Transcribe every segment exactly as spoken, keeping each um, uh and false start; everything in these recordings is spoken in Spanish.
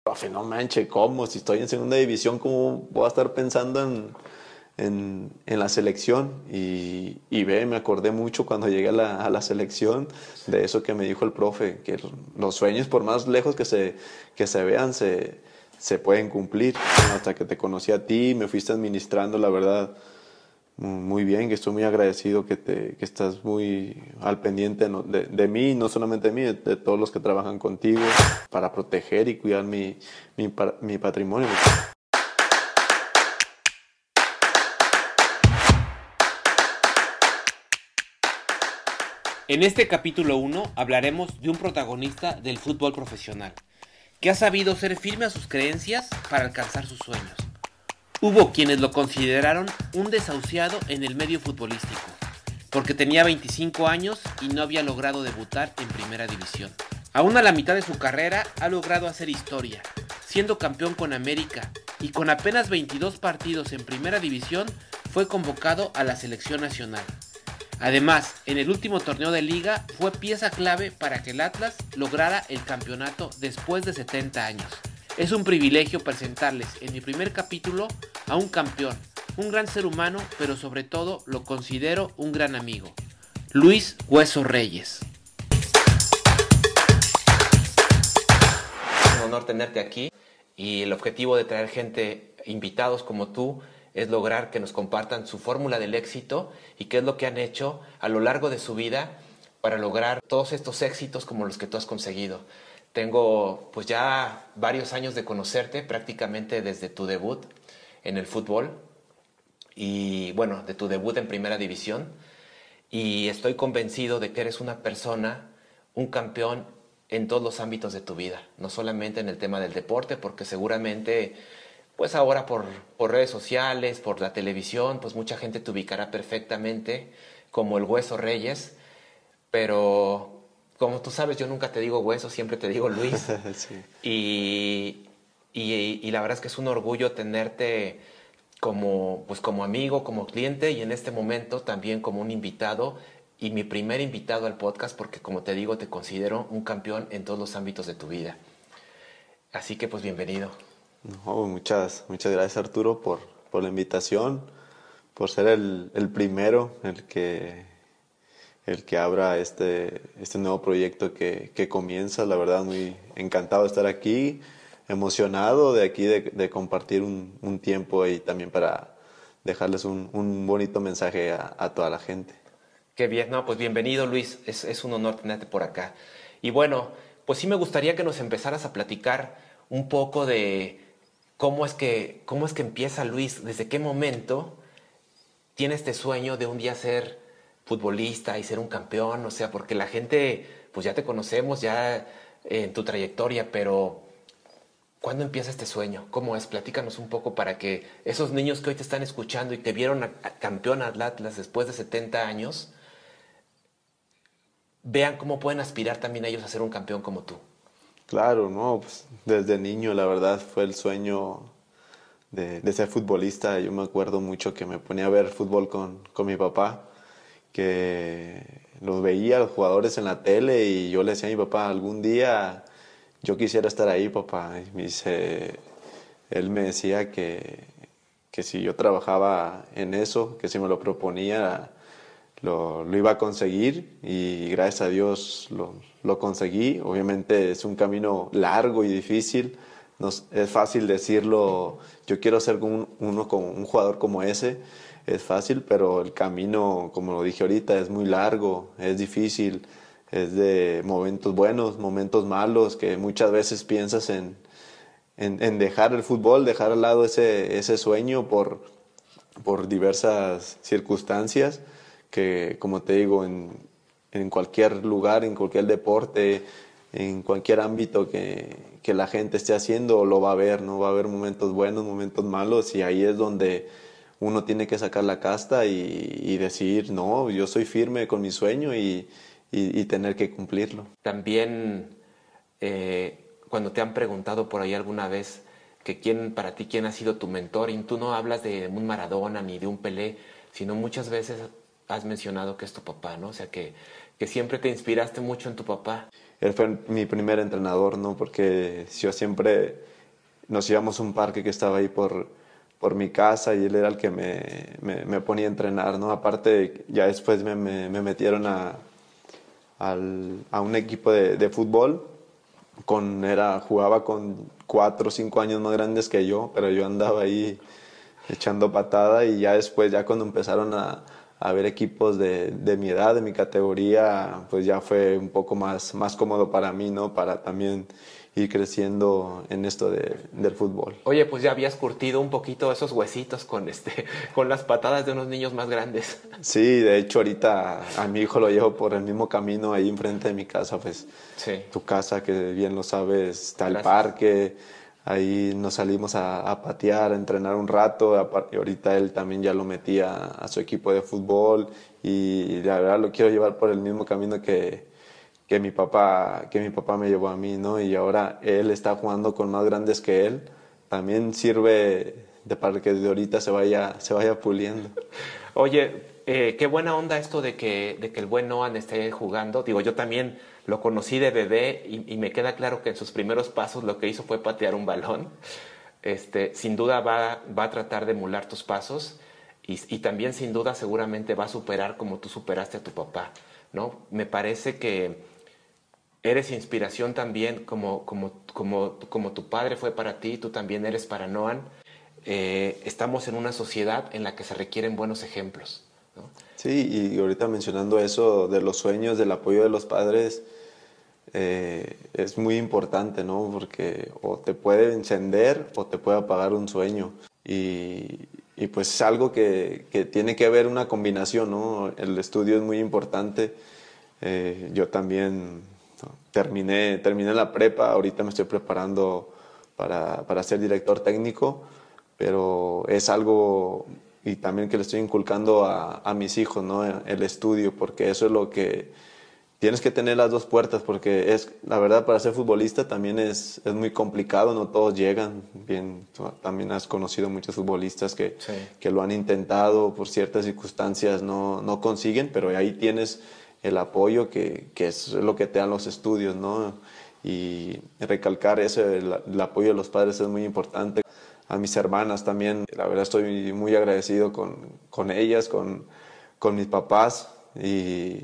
Profe, no manche, ¿cómo? Si estoy en segunda división, ¿cómo voy a estar pensando en, en, en la selección? Y, y ve, me acordé mucho cuando llegué a la, a la selección de eso que me dijo el profe, que los sueños, por más lejos que se, que se vean, se, se pueden cumplir. Hasta que te conocí a ti, me fuiste administrando, la verdad, muy bien, que estoy muy agradecido que, te, que estás muy al pendiente, ¿no?, de, de mí, no solamente de mí, de, de todos los que trabajan contigo para proteger y cuidar mi, mi, mi patrimonio. En este capítulo uno hablaremos de un protagonista del fútbol profesional, que ha sabido ser firme a sus creencias para alcanzar sus sueños. Hubo quienes lo consideraron un desahuciado en el medio futbolístico, porque tenía veinticinco años y no había logrado debutar en primera división. Aún a la mitad de su carrera ha logrado hacer historia, siendo campeón con América, y con apenas veintidós partidos en primera división fue convocado a la selección nacional. Además, en el último torneo de liga fue pieza clave para que el Atlas lograra el campeonato después de setenta años. Es un privilegio presentarles en mi primer capítulo a un campeón, un gran ser humano, pero sobre todo lo considero un gran amigo, Luis Hueso Reyes. Es un honor tenerte aquí y el objetivo de traer gente, invitados como tú, es lograr que nos compartan su fórmula del éxito y qué es lo que han hecho a lo largo de su vida para lograr todos estos éxitos como los que tú has conseguido. Tengo pues ya varios años de conocerte, prácticamente desde tu debut en el fútbol y bueno, de tu debut en primera división, y estoy convencido de que eres una persona, un campeón en todos los ámbitos de tu vida, no solamente en el tema del deporte, porque seguramente pues ahora por, por redes sociales, por la televisión, pues mucha gente te ubicará perfectamente como el Hueso Reyes, pero como tú sabes, yo nunca te digo Hueso, siempre te digo Luis. Sí. Y, y, y la verdad es que es un orgullo tenerte como, pues como amigo, como cliente y en este momento también como un invitado y mi primer invitado al podcast porque como te digo, te considero un campeón en todos los ámbitos de tu vida. Así que pues bienvenido. No, muchas, muchas gracias, Arturo, por, por la invitación, por ser el, el primero, el que, el que abra este, este nuevo proyecto que, que comienza. La verdad, muy encantado de estar aquí, emocionado de aquí de, de compartir un, un tiempo y también para dejarles un, un bonito mensaje a, a toda la gente. Qué bien, no, pues bienvenido Luis, es, es un honor tenerte por acá. Y bueno, pues sí me gustaría que nos empezaras a platicar un poco de cómo es que, cómo es que empieza Luis, desde qué momento tiene este sueño de un día ser futbolista y ser un campeón, o sea, porque la gente, pues ya te conocemos ya en tu trayectoria, pero ¿cuándo empieza este sueño? ¿Cómo es? Platícanos un poco para que esos niños que hoy te están escuchando y te vieron a, a campeón al Atlas después de setenta años, vean cómo pueden aspirar también ellos a ser un campeón como tú. Claro, no, pues desde niño la verdad fue el sueño de, de ser futbolista. Yo me acuerdo mucho que me ponía a ver fútbol con, con mi papá, que los veía los jugadores en la tele y yo le decía a mi papá, algún día yo quisiera estar ahí, papá. Y me dice, él me decía que, que si yo trabajaba en eso, que si me lo proponía, lo, lo iba a conseguir y gracias a Dios lo, lo conseguí. Obviamente es un camino largo y difícil. No es fácil decirlo, yo quiero ser un, uno como, un jugador como ese, es fácil, pero el camino, como lo dije ahorita, es muy largo, es difícil, es de momentos buenos, momentos malos, que muchas veces piensas en, en, en dejar el fútbol, dejar al lado ese, ese sueño por, por diversas circunstancias, que como te digo, en, en cualquier lugar, en cualquier deporte, en cualquier ámbito que, que la gente esté haciendo, lo va a ver, ¿no? Va a haber momentos buenos, momentos malos, y ahí es donde uno tiene que sacar la casta y, y decir, no, yo soy firme con mi sueño y, y, y tener que cumplirlo. También, eh, cuando te han preguntado por ahí alguna vez que quién, para ti, quién ha sido tu mentor, y tú no hablas de un Maradona ni de un Pelé, sino muchas veces has mencionado que es tu papá, ¿no? O sea, que, que siempre te inspiraste mucho en tu papá. Él fue mi primer entrenador, ¿no? Porque yo siempre nos íbamos a un parque que estaba ahí por, por mi casa y él era el que me, me, me ponía a entrenar, ¿no? Aparte, ya después me, me, me metieron a, al, a un equipo de, de fútbol. Con, era, jugaba con cuatro o cinco años más grandes que yo, pero yo andaba ahí echando patada y ya después, ya cuando empezaron a, a ver equipos de, de mi edad, de mi categoría, pues ya fue un poco más, más cómodo para mí, ¿no? Para también ir creciendo en esto de, del fútbol. Oye, pues ya habías curtido un poquito esos huesitos con, este, con las patadas de unos niños más grandes. Sí, de hecho ahorita a mi hijo lo llevo por el mismo camino ahí enfrente de mi casa, pues Sí. tu casa, que bien lo sabes, está el Gracias. parque, ahí nos salimos a, a patear, a entrenar un rato, a- y ahorita él también ya lo metía a su equipo de fútbol y la verdad lo quiero llevar por el mismo camino que, que mi papá, que mi papá me llevó a mí, ¿no? Y ahora él está jugando con más grandes que él, también sirve de para que de ahorita se vaya, se vaya puliendo. Oye, eh, qué buena onda esto de que, de que el buen Noan esté jugando. Digo, yo también lo conocí de bebé y, y me queda claro que en sus primeros pasos lo que hizo fue patear un balón. Este, sin duda va, va a tratar de emular tus pasos y, y también sin duda seguramente va a superar como tú superaste a tu papá, ¿no? Me parece que eres inspiración también como, como, como, como tu padre fue para ti, tú también eres para Noan. Eh, estamos en una sociedad en la que se requieren buenos ejemplos, ¿no? Sí, y ahorita mencionando eso de los sueños, del apoyo de los padres, eh, es muy importante, ¿no? Porque o te puede encender o te puede apagar un sueño. Y, y pues es algo que, que tiene que haber una combinación, ¿no? El estudio es muy importante. Eh, yo también ¿no? terminé, terminé la prepa, ahorita me estoy preparando para, para ser director técnico, pero es algo y también que le estoy inculcando a, a mis hijos, ¿no? El estudio, porque eso es lo que tienes que tener las dos puertas, porque es la verdad para ser futbolista también es, es muy complicado, no todos llegan. Bien, tú también has conocido muchos futbolistas que, Sí. que lo han intentado, por ciertas circunstancias no, no consiguen, pero ahí tienes el apoyo que, que es lo que te dan los estudios, ¿no? Y recalcar eso, el, el apoyo de los padres es muy importante. A mis hermanas también, la verdad estoy muy agradecido con, con ellas, con, con mis papás y,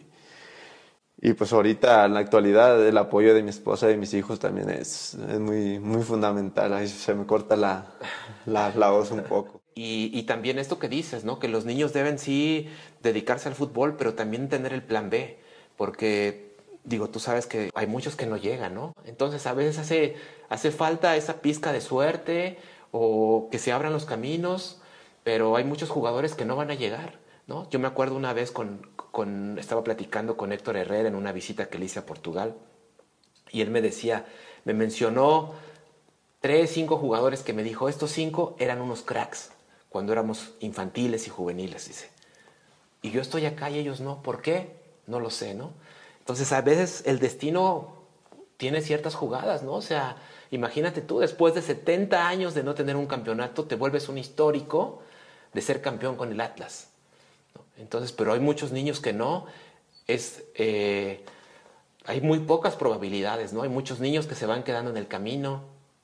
y pues ahorita en la actualidad el apoyo de mi esposa y de mis hijos también es, es muy, muy fundamental. Ahí se me corta la, la, la voz un poco. Y, y también esto que dices, ¿no? Que los niños deben sí dedicarse al fútbol, pero también tener el plan B, porque digo, tú sabes que hay muchos que no llegan, ¿no? Entonces a veces hace, hace falta esa pizca de suerte o que se abran los caminos, pero hay muchos jugadores que no van a llegar, ¿no? Yo me acuerdo una vez con, con estaba platicando con Héctor Herrera en una visita que le hice a Portugal y él me decía, me mencionó tres, cinco jugadores que me dijo, estos cinco eran unos cracks cuando éramos infantiles y juveniles, dice. Y yo estoy acá y ellos no. ¿Por qué? No lo sé, ¿no? Entonces, a veces el destino tiene ciertas jugadas, ¿no? O sea, imagínate tú, después de setenta años de no tener un campeonato, te vuelves un histórico de ser campeón con el Atlas, ¿no? Entonces, pero hay muchos niños que no. Es, eh, hay muy pocas probabilidades, ¿no? Hay muchos niños que se van quedando en el camino,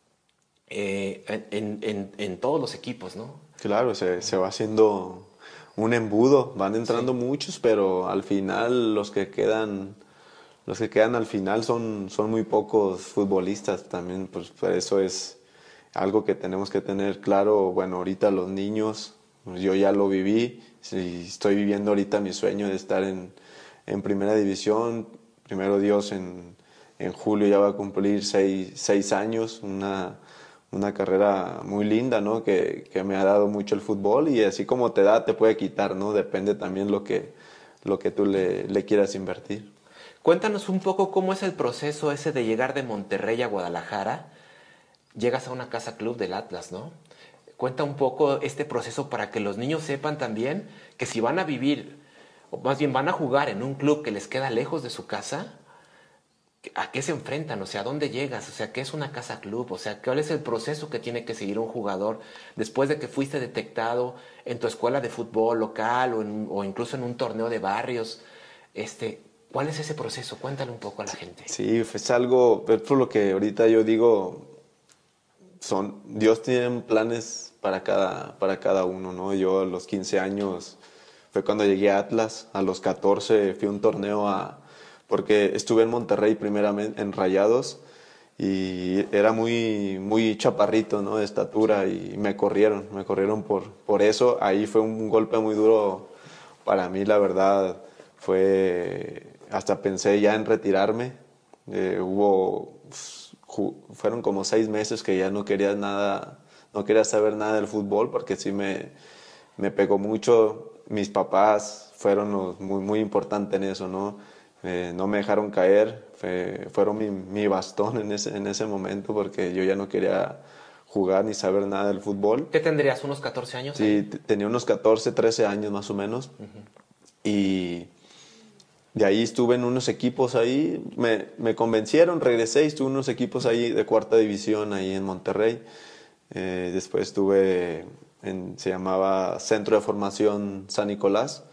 eh, en, en, en todos los equipos, ¿no? Claro, se, se va haciendo un embudo, van entrando Sí. muchos, pero al final los que quedan, los que quedan al final son, son muy pocos futbolistas también, pues por eso es algo que tenemos que tener claro. Bueno, ahorita los niños, pues, yo ya lo viví, y estoy viviendo ahorita mi sueño de estar en, en primera división. Primero Dios, en, en julio ya va a cumplir seis, seis años, una, una carrera muy linda, ¿no? Que, que me ha dado mucho el fútbol y así como te da, te puede quitar, ¿no? Depende también lo que, lo que tú le, le quieras invertir. Cuéntanos un poco cómo es el proceso ese de llegar de Monterrey a Guadalajara. Llegas a una casa club del Atlas, ¿no? Cuenta un poco este proceso para que los niños sepan también que si van a vivir, o más bien van a jugar en un club que les queda lejos de su casa, ¿a qué se enfrentan? O sea, ¿a dónde llegas? O sea, ¿qué es una casa club? O sea, ¿cuál es el proceso que tiene que seguir un jugador después de que fuiste detectado en tu escuela de fútbol local o, en, o incluso en un torneo de barrios? Este, ¿cuál es ese proceso? Cuéntale un poco a la gente. Sí, es algo, es por lo que ahorita yo digo, son, Dios tiene planes para cada, para cada uno, ¿no? Yo a los quince años fue cuando llegué a Atlas, a los catorce fui a un torneo a, porque estuve en Monterrey primeramente, en Rayados, y era muy, muy chaparrito, ¿no? De estatura, y me corrieron, me corrieron por, por eso. Ahí fue un golpe muy duro para mí, la verdad, fue, hasta pensé ya en retirarme. Eh, hubo, fueron como seis meses que ya no quería nada, no quería saber nada del fútbol, porque sí me, me pegó mucho. Mis papás fueron los, muy, muy importantes en eso, ¿no? Eh, no me dejaron caer, fue, fueron mi, mi bastón en ese, en ese momento, porque yo ya no quería jugar ni saber nada del fútbol. ¿Qué tendrías, unos catorce años? Sí, t- tenía unos catorce, trece años más o menos. Uh-huh. Y de ahí estuve en unos equipos ahí, me, me convencieron, regresé y estuve en unos equipos ahí de cuarta división ahí en Monterrey. Eh, después estuve en, se llamaba Centro de Formación San Nicolás,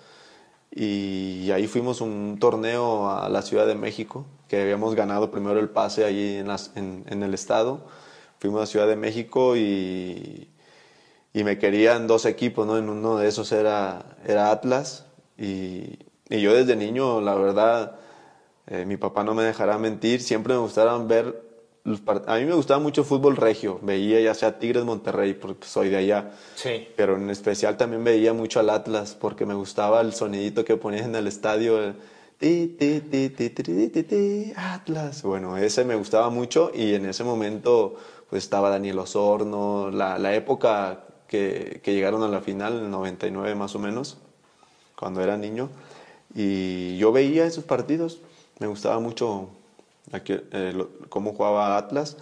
y ahí fuimos un torneo a la Ciudad de México, que habíamos ganado primero el pase ahí en, las, en, en el estado. Fuimos a Ciudad de México y, y me querían dos equipos, ¿no? En uno de esos era, era Atlas, y, y yo desde niño, la verdad, eh, mi papá no me dejará mentir, siempre me gustaban ver los part- a mí me gustaba mucho el fútbol regio, veía ya sea Tigres, Monterrey, porque soy de allá, sí. Pero en especial también veía mucho al Atlas, porque me gustaba el sonidito que ponían en el estadio, el ti, ti, ti, ti, ti, ti, ti, ti, Atlas. Bueno, ese me gustaba mucho, y en ese momento pues estaba Daniel Osorno, la, la época que, que llegaron a la final, en el noventa y nueve más o menos, cuando era niño, y yo veía esos partidos, me gustaba mucho aquí, eh, lo, cómo jugaba Atlas,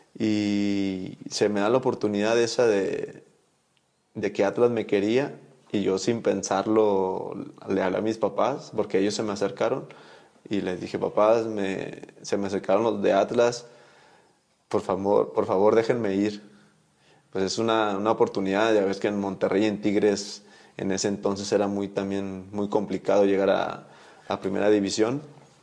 y se me da la oportunidad esa de, de que Atlas me quería, y yo sin pensarlo le hablé a mis papás, porque ellos se me acercaron, y les dije: papás, me, se me acercaron los de Atlas, por favor, por favor déjenme ir. Pues es una, una oportunidad. Ya ves que en Monterrey y en Tigres en ese entonces era muy, también muy complicado llegar a, a primera división,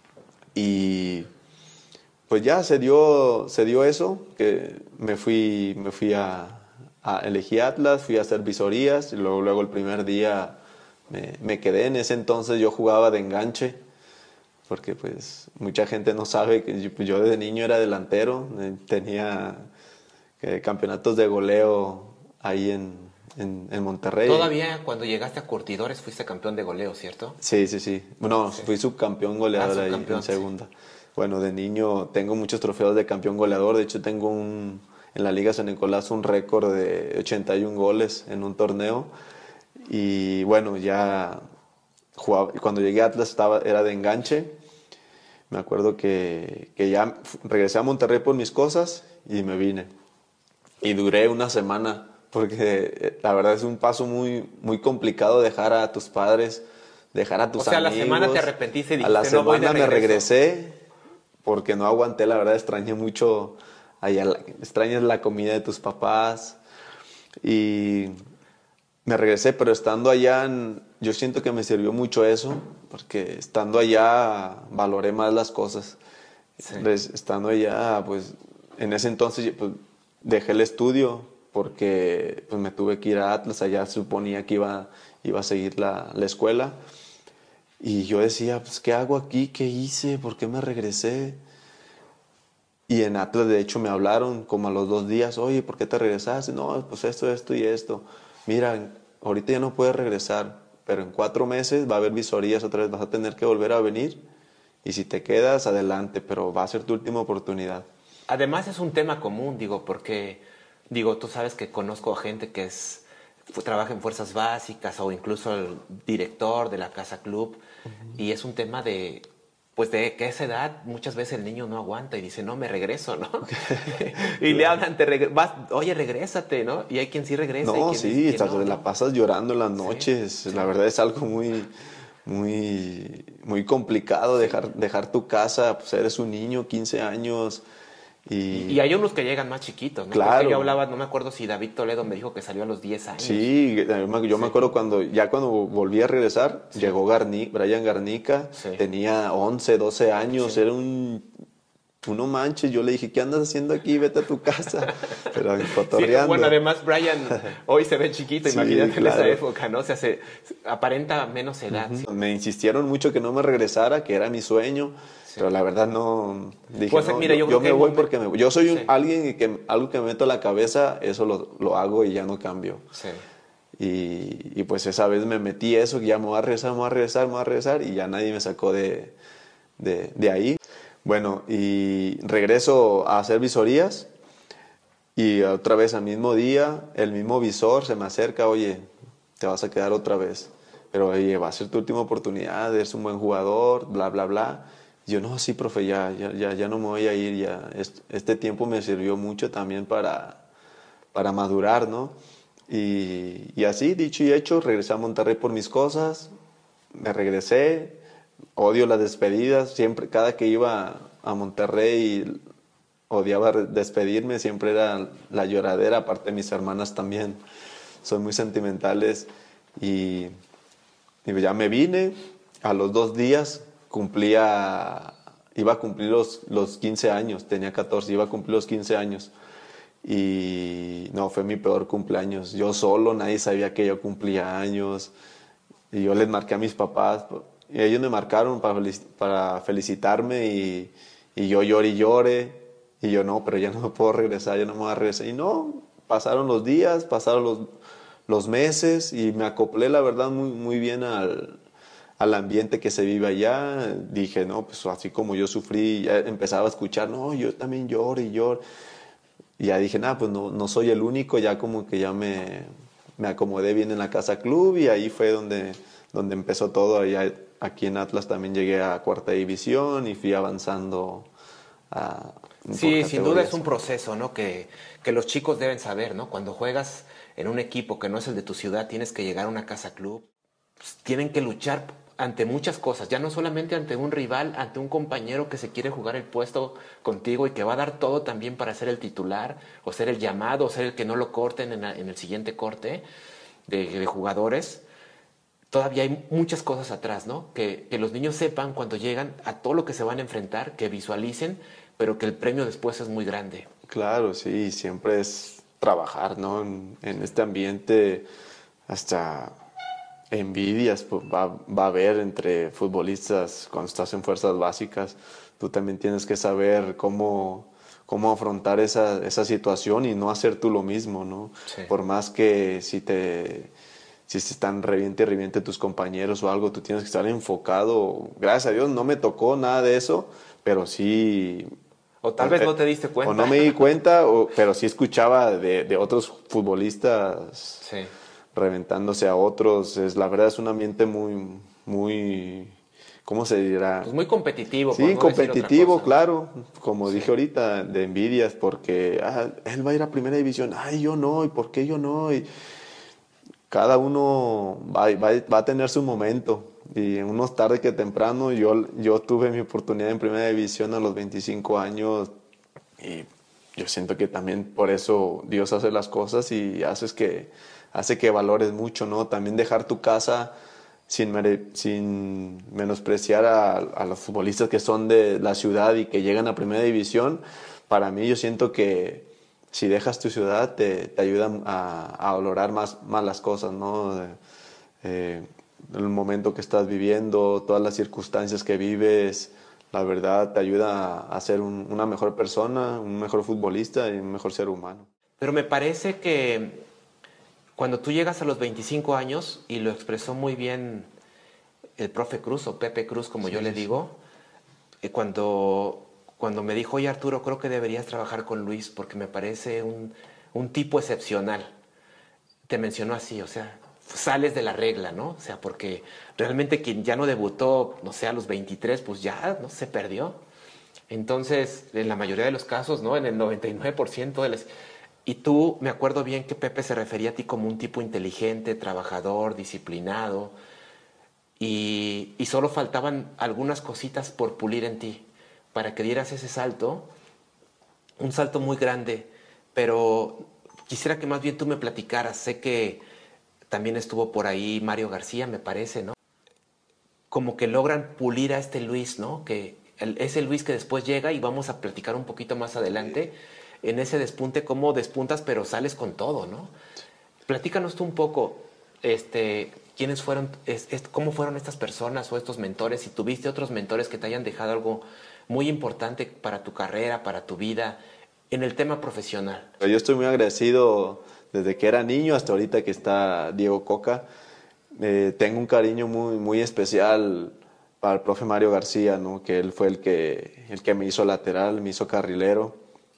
y pues ya se dio, se dio eso, que me fui, me fui a, a elegí Atlas, fui a hacer visorías, y luego, luego el primer día me, me quedé. En ese entonces yo jugaba de enganche, porque pues mucha gente no sabe que yo, yo desde niño era delantero, eh, tenía eh, campeonatos de goleo ahí en, en, en Monterrey. Todavía cuando llegaste a Curtidores fuiste campeón de goleo, ¿cierto? Sí, sí, sí. Bueno, sí. Fui subcampeón goleador ah, subcampeón, ahí en segunda. Sí. Bueno, de niño tengo muchos trofeos de campeón goleador. De hecho, tengo un, en la Liga San Nicolás un récord de ochenta y un goles en un torneo. Y bueno, ya jugaba, cuando llegué a Atlas estaba, era de enganche. Me acuerdo que, que ya regresé a Monterrey por mis cosas y me vine. Y duré una semana, porque la verdad es un paso muy, muy complicado dejar a tus padres, dejar a tus amigos. O sea, amigos. A la semana te arrepentiste y dijiste: a la semana no voy de me regresé, porque no aguanté, la verdad extrañé mucho, allá, extrañas la comida de tus papás. Y me regresé, pero estando allá, en, yo siento que me sirvió mucho eso, porque estando allá valoré más las cosas. Sí. Entonces, estando allá, pues en ese entonces pues, dejé el estudio, porque pues, me tuve que ir a Atlas. Allá suponía que iba, iba a seguir la, la escuela. Y yo decía: pues, ¿qué hago aquí? ¿Qué hice? ¿Por qué me regresé? Y en Atlas, de hecho, me hablaron como a los dos días: oye, ¿por qué te regresaste? No, pues esto, esto y esto. Mira, ahorita ya no puedes regresar, pero en cuatro meses va a haber visorías otra vez, vas a tener que volver a venir. Y si te quedas, adelante, pero va a ser tu última oportunidad. Además es un tema común, digo, porque, digo, tú sabes que conozco a gente que es, trabaja en fuerzas básicas o incluso el director de la casa club, uh-huh. Y es un tema de, pues de que a esa edad muchas veces el niño no aguanta y dice: no, me regreso, ¿no? Y le hablan, te regre- vas, oye, regrésate, ¿no? Y hay quien sí regresa. No, y quien sí, hasta no, te la ¿no? pasas llorando en las noches. Sí, la sí. verdad es algo muy, muy, muy complicado sí. dejar, dejar tu casa. Pues eres un niño, quince años. Y, y hay unos que llegan más chiquitos, ¿no? Claro. Porque yo hablaba, no me acuerdo si David Toledo me dijo que salió a los diez años. Sí, yo sí. me acuerdo cuando, ya cuando volví a regresar, sí. llegó Garni, Brian Garnica, sí. tenía once, doce años, sí. era un uno manches, yo le dije, ¿qué andas haciendo aquí? Vete a tu casa. Pero cotorreando. Sí, bueno, además Brian hoy se ve chiquito, Sí, imagínate claro. en esa época, ¿no? O sea, se, aparenta menos edad. Uh-huh. ¿Sí? Me insistieron mucho que no me regresara, que era mi sueño, Sí. pero la verdad no. Dije, Pues, no, mira, yo yo, creo yo que me hay voy momen- porque me voy. Yo soy un- Sí. alguien que algo que me meto a la cabeza, eso lo, lo hago y ya no cambio. Sí. Y, y pues esa vez me metí eso, que ya me voy a regresar, me voy a regresar, me voy a regresar, y ya nadie me sacó de, de, de ahí. Bueno, y regreso a hacer visorías, y otra vez al mismo día, el mismo visor se me acerca, oye, te vas a quedar otra vez, pero oye, va a ser tu última oportunidad, eres un buen jugador, bla, bla, bla. Y yo, no, sí, profe, ya, ya, ya, ya no me voy a ir, ya. Este, este tiempo me sirvió mucho también para, para madurar, ¿no? Y, y así, dicho y hecho, regresé a Monterrey por mis cosas, me regresé, odio las despedidas, siempre, cada que iba a Monterrey odiaba re- despedirme, siempre era la lloradera, aparte mis hermanas también son muy sentimentales, y, y ya me vine, a los dos días cumplía, iba a cumplir los, los quince años, tenía catorce, iba a cumplir los quince años. Y no, fue mi peor cumpleaños. Yo solo, nadie sabía que yo cumplía años. Y yo les marqué a mis papás. Y ellos me marcaron para, felici- para felicitarme. Y, y yo lloré y lloré. Y yo, no, pero ya no me puedo regresar, ya no me voy a regresar. Y no, pasaron los días, pasaron los, los meses. Y me acoplé, la verdad, muy, muy bien al, al ambiente que se vive allá. Dije, no, pues así como yo sufrí, ya empezaba a escuchar, no, yo también lloro y lloro. Y ya dije, nada, pues no, no soy el único, ya como que ya me, me acomodé bien en la casa club, y ahí fue donde, donde empezó todo. Allá, aquí en Atlas también llegué a cuarta división y fui avanzando a... por Sí, sin duda es categorías. un proceso, ¿no? Que, que los chicos deben saber, ¿no? Cuando juegas en un equipo que no es el de tu ciudad, tienes que llegar a una casa club. Pues, tienen que luchar ante muchas cosas, ya no solamente ante un rival, ante un compañero que se quiere jugar el puesto contigo y que va a dar todo también para ser el titular, o ser el llamado, o ser el que no lo corten en, la- en el siguiente corte de, de jugadores. Todavía hay muchas cosas atrás, ¿no? Que, que los niños sepan cuando llegan a todo lo que se van a enfrentar, que visualicen, pero que el premio después es muy grande. Claro, sí, siempre es trabajar, ¿no? En, en este ambiente, hasta envidias pues, va, va a haber entre futbolistas cuando estás en fuerzas básicas. Tú también tienes que saber cómo, cómo afrontar esa, esa situación y no hacer tú lo mismo, ¿no? Sí. Por más que si te... si se están reviente y reviente tus compañeros o algo, tú tienes que estar enfocado. Gracias a Dios no me tocó nada de eso, pero sí... O tal vez no te diste cuenta. O no me di cuenta, o, pero sí escuchaba de, de otros futbolistas Sí. reventándose a otros. Es, la verdad es un ambiente muy, muy, ¿cómo se dirá? Pues muy competitivo. por Sí, no decir otra competitivo, cosa. claro. Como Sí. dije ahorita, de envidias, porque ah, él va a ir a primera división. Ay, yo no, ¿y por qué yo no? Y cada uno va, va, va a tener su momento. Y unos tarde que temprano, yo, yo tuve mi oportunidad en primera división a los veinticinco años, y yo siento que también por eso Dios hace las cosas y haces que, hace que valores mucho, ¿no? También dejar tu casa sin, mere- sin menospreciar a, a los futbolistas que son de la ciudad y que llegan a primera división. Para mí, yo siento que si dejas tu ciudad te, te ayuda a, a valorar más, más las cosas, ¿no? Eh, el momento que estás viviendo, todas las circunstancias que vives, la verdad te ayuda a, a ser un- una mejor persona, un mejor futbolista y un mejor ser humano. Pero me parece que cuando tú llegas a los veinticinco años, y lo expresó muy bien el profe Cruz, o Pepe Cruz, como yo le digo, eh, cuando, cuando me dijo, oye Arturo, creo que deberías trabajar con Luis porque me parece un, un tipo excepcional. Te mencionó así, o sea, sales de la regla, ¿no? O sea, porque realmente quien ya no debutó, no sé, a los veintitrés, pues ya, ¿no? Se perdió. Entonces, en la mayoría de los casos, ¿no? En el noventa y nueve por ciento de las... Y tú, me acuerdo bien que Pepe se refería a ti como un tipo inteligente, trabajador, disciplinado, y, y solo faltaban algunas cositas por pulir en ti para que dieras ese salto, un salto muy grande, pero quisiera que más bien tú me platicaras. Sé que también estuvo por ahí Mario García, me parece, ¿no? Como que logran pulir a este Luis, ¿no? Que el, ese Luis que después llega y vamos a platicar un poquito más adelante en ese despunte, cómo despuntas pero sales con todo, ¿no? Platícanos tú un poco, este, quiénes fueron, es, es, cómo fueron estas personas o estos mentores, si tuviste otros mentores que te hayan dejado algo muy importante para tu carrera, para tu vida, en el tema profesional. Yo estoy muy agradecido desde que era niño hasta ahorita que está Diego Coca. Eh, tengo un cariño muy, muy especial para el profe Mario García, ¿no? Que él fue el que, el que me hizo lateral, me hizo carrilero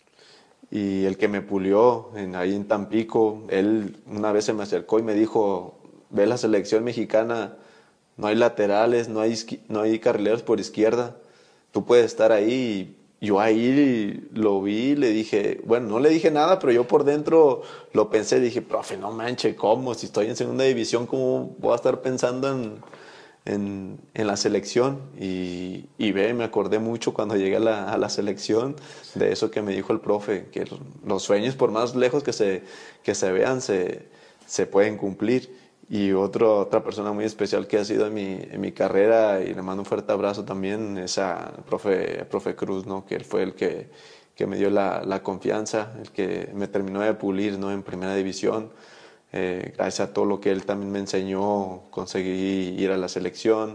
y el que me pulió en, ahí en Tampico. Él una vez se me acercó y me dijo, ve la selección mexicana, no hay laterales, no hay, no hay carrileros por izquierda, tú puedes estar ahí. Y yo ahí lo vi, le dije, bueno, no le dije nada, pero yo por dentro lo pensé, dije, profe, no manche, ¿cómo? Si estoy en segunda división, ¿cómo voy a estar pensando en, en, en la selección? Y, y ve, me acordé mucho cuando llegué a la, a la selección de eso que me dijo el profe, que los sueños, por más lejos que se, que se vean, se, se pueden cumplir. Y otro, otra persona muy especial que ha sido en mi, en mi carrera, y le mando un fuerte abrazo también, es a profe, profe Cruz, ¿no? Que él fue el que, que me dio la, la confianza, el que me terminó de pulir, ¿no? En primera división. Eh, gracias a todo lo que él también me enseñó, conseguí ir a la selección.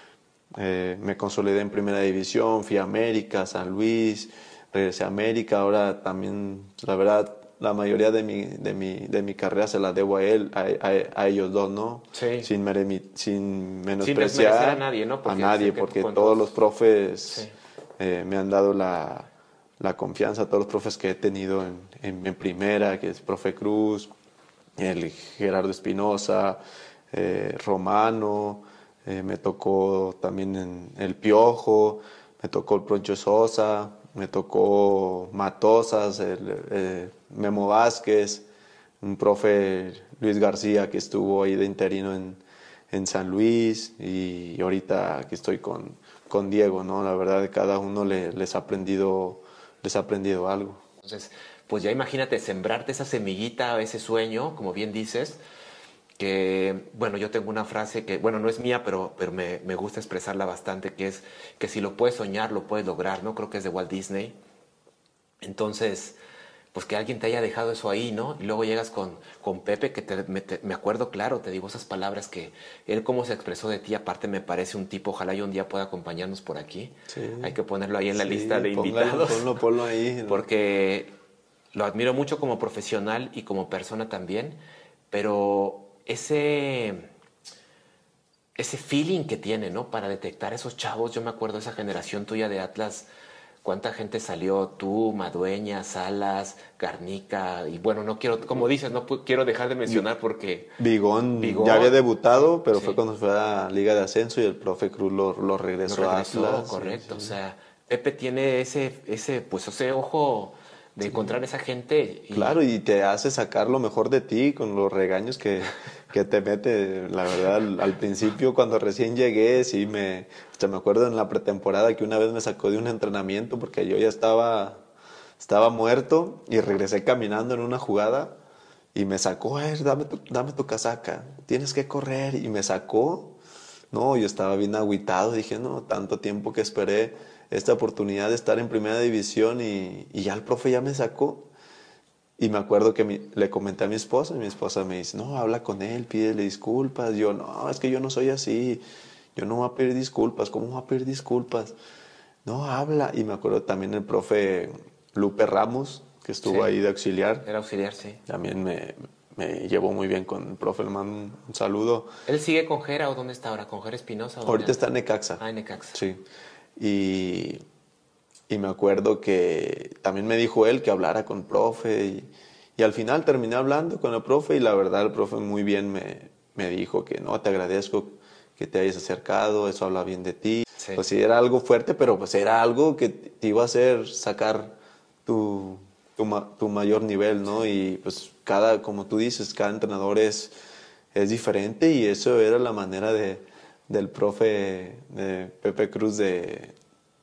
Eh, me consolidé en primera división, fui a América, San Luis, regresé a América. Ahora también, la verdad, la mayoría de mi, de mi, de mi carrera se la debo a él, a, a, a ellos dos, ¿no? Sí. Sin, mere, sin menospreciar sin desmerecer a nadie, ¿no? Porque a nadie, porque todos los profes sí. eh, me han dado la, la confianza, todos los profes que he tenido en, en, en primera, que es profe Cruz, el Gerardo Espinosa, eh, Romano, eh, me tocó también en el Piojo, me tocó el Poncho Sosa, me tocó Matosas, el, eh, Memo Vázquez, un profe Luis García que estuvo ahí de interino en, en San Luis, y ahorita aquí estoy con, con Diego, ¿no? La verdad, de cada uno le, les, ha aprendido, les ha aprendido algo. Entonces, pues ya imagínate sembrarte esa semillita, ese sueño, como bien dices, que, bueno, yo tengo una frase que, bueno, no es mía, pero, pero me, me gusta expresarla bastante, que es que si lo puedes soñar, lo puedes lograr, ¿no? Creo que es de Walt Disney. Entonces, pues que alguien te haya dejado eso ahí, ¿no? Y luego llegas con, con Pepe, que te, me, te, me acuerdo, claro, te digo esas palabras que él cómo se expresó de ti, aparte me parece un tipo, ojalá yo un día pueda acompañarnos por aquí. Sí. Hay que ponerlo ahí en la sí, lista de póngalo, invitados. Ponlo, ponlo ahí. ¿No? Porque lo admiro mucho como profesional y como persona también, pero ese, ese feeling que tiene, ¿no? Para detectar esos chavos. Yo me acuerdo de esa generación tuya de Atlas, cuánta gente salió, tú, Madueña, Salas, Garnica, y bueno, no quiero, como dices, no quiero dejar de mencionar porque... Vigón, Vigón ya había debutado, pero sí. Fue cuando fue a Liga de Ascenso y el profe Cruz lo, lo regresó, lo regresó a Atlas. Correcto, sí, sí. O sea, Pepe tiene ese, ese, pues, ese ojo de sí. encontrar esa gente. Y... Claro, y te hace sacar lo mejor de ti con los regaños que, que te mete. La verdad, al, al principio, cuando recién llegué, sí me... Hasta me acuerdo en la pretemporada que una vez me sacó de un entrenamiento porque yo ya estaba, estaba muerto y regresé caminando en una jugada y me sacó, a ver, dame tu, dame tu casaca, tienes que correr. Y me sacó. No, yo estaba bien agüitado. Dije, no, tanto tiempo que esperé esta oportunidad de estar en primera división y, y ya el profe ya me sacó. Y me acuerdo que mi, le comenté a mi esposa y mi esposa me dice, no, habla con él, pídele disculpas. Yo, no, es que yo no soy así, yo no voy a pedir disculpas, ¿cómo voy a pedir disculpas? No, habla. Y me acuerdo también el profe Lupe Ramos, que estuvo sí. ahí de auxiliar. Era auxiliar, sí. También me, me llevó muy bien con el profe, le mando un, un saludo. ¿Él sigue con Jera o dónde está ahora? ¿Con Jera Espinosa? Ahorita está en Necaxa. Ah, en Necaxa. Sí. Y, y me acuerdo que también me dijo él que hablara con el profe y, y al final terminé hablando con el profe y la verdad el profe muy bien me, me dijo que no, te agradezco que te hayas acercado, eso habla bien de ti. Sí. Pues sí, era algo fuerte, pero pues era algo que te iba a hacer sacar tu, tu, tu mayor nivel, ¿no? Y pues cada, como tú dices, cada entrenador es, es diferente y eso era la manera de... del profe de Pepe Cruz de,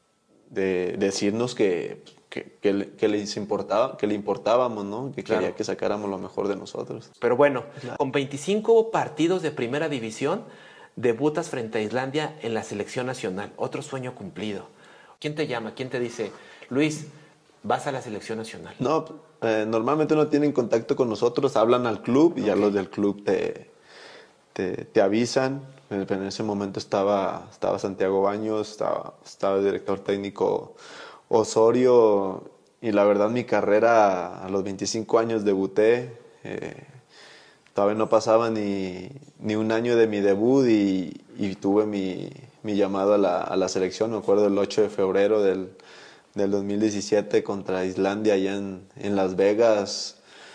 de decirnos que, que, que, que les importaba, que le importábamos, ¿no? Que claro. Quería que sacáramos lo mejor de nosotros. Pero bueno, claro. Con veinticinco partidos de primera división, debutas frente a Islandia en la selección nacional. Otro sueño cumplido. ¿Quién te llama? ¿Quién te dice, Luis, vas a la selección nacional? No, eh, normalmente no tienen contacto con nosotros, hablan al club y okay. ya los del club te, te, te avisan. En ese momento estaba, estaba Santiago Baños, estaba, estaba el director técnico Osorio, y la verdad mi carrera a los veinticinco años debuté. Eh, todavía no pasaba ni, ni un año de mi debut y, y tuve mi, mi llamado a la, a la selección. Me acuerdo el ocho de febrero del, del dos mil diecisiete contra Islandia allá en, en Las Vegas.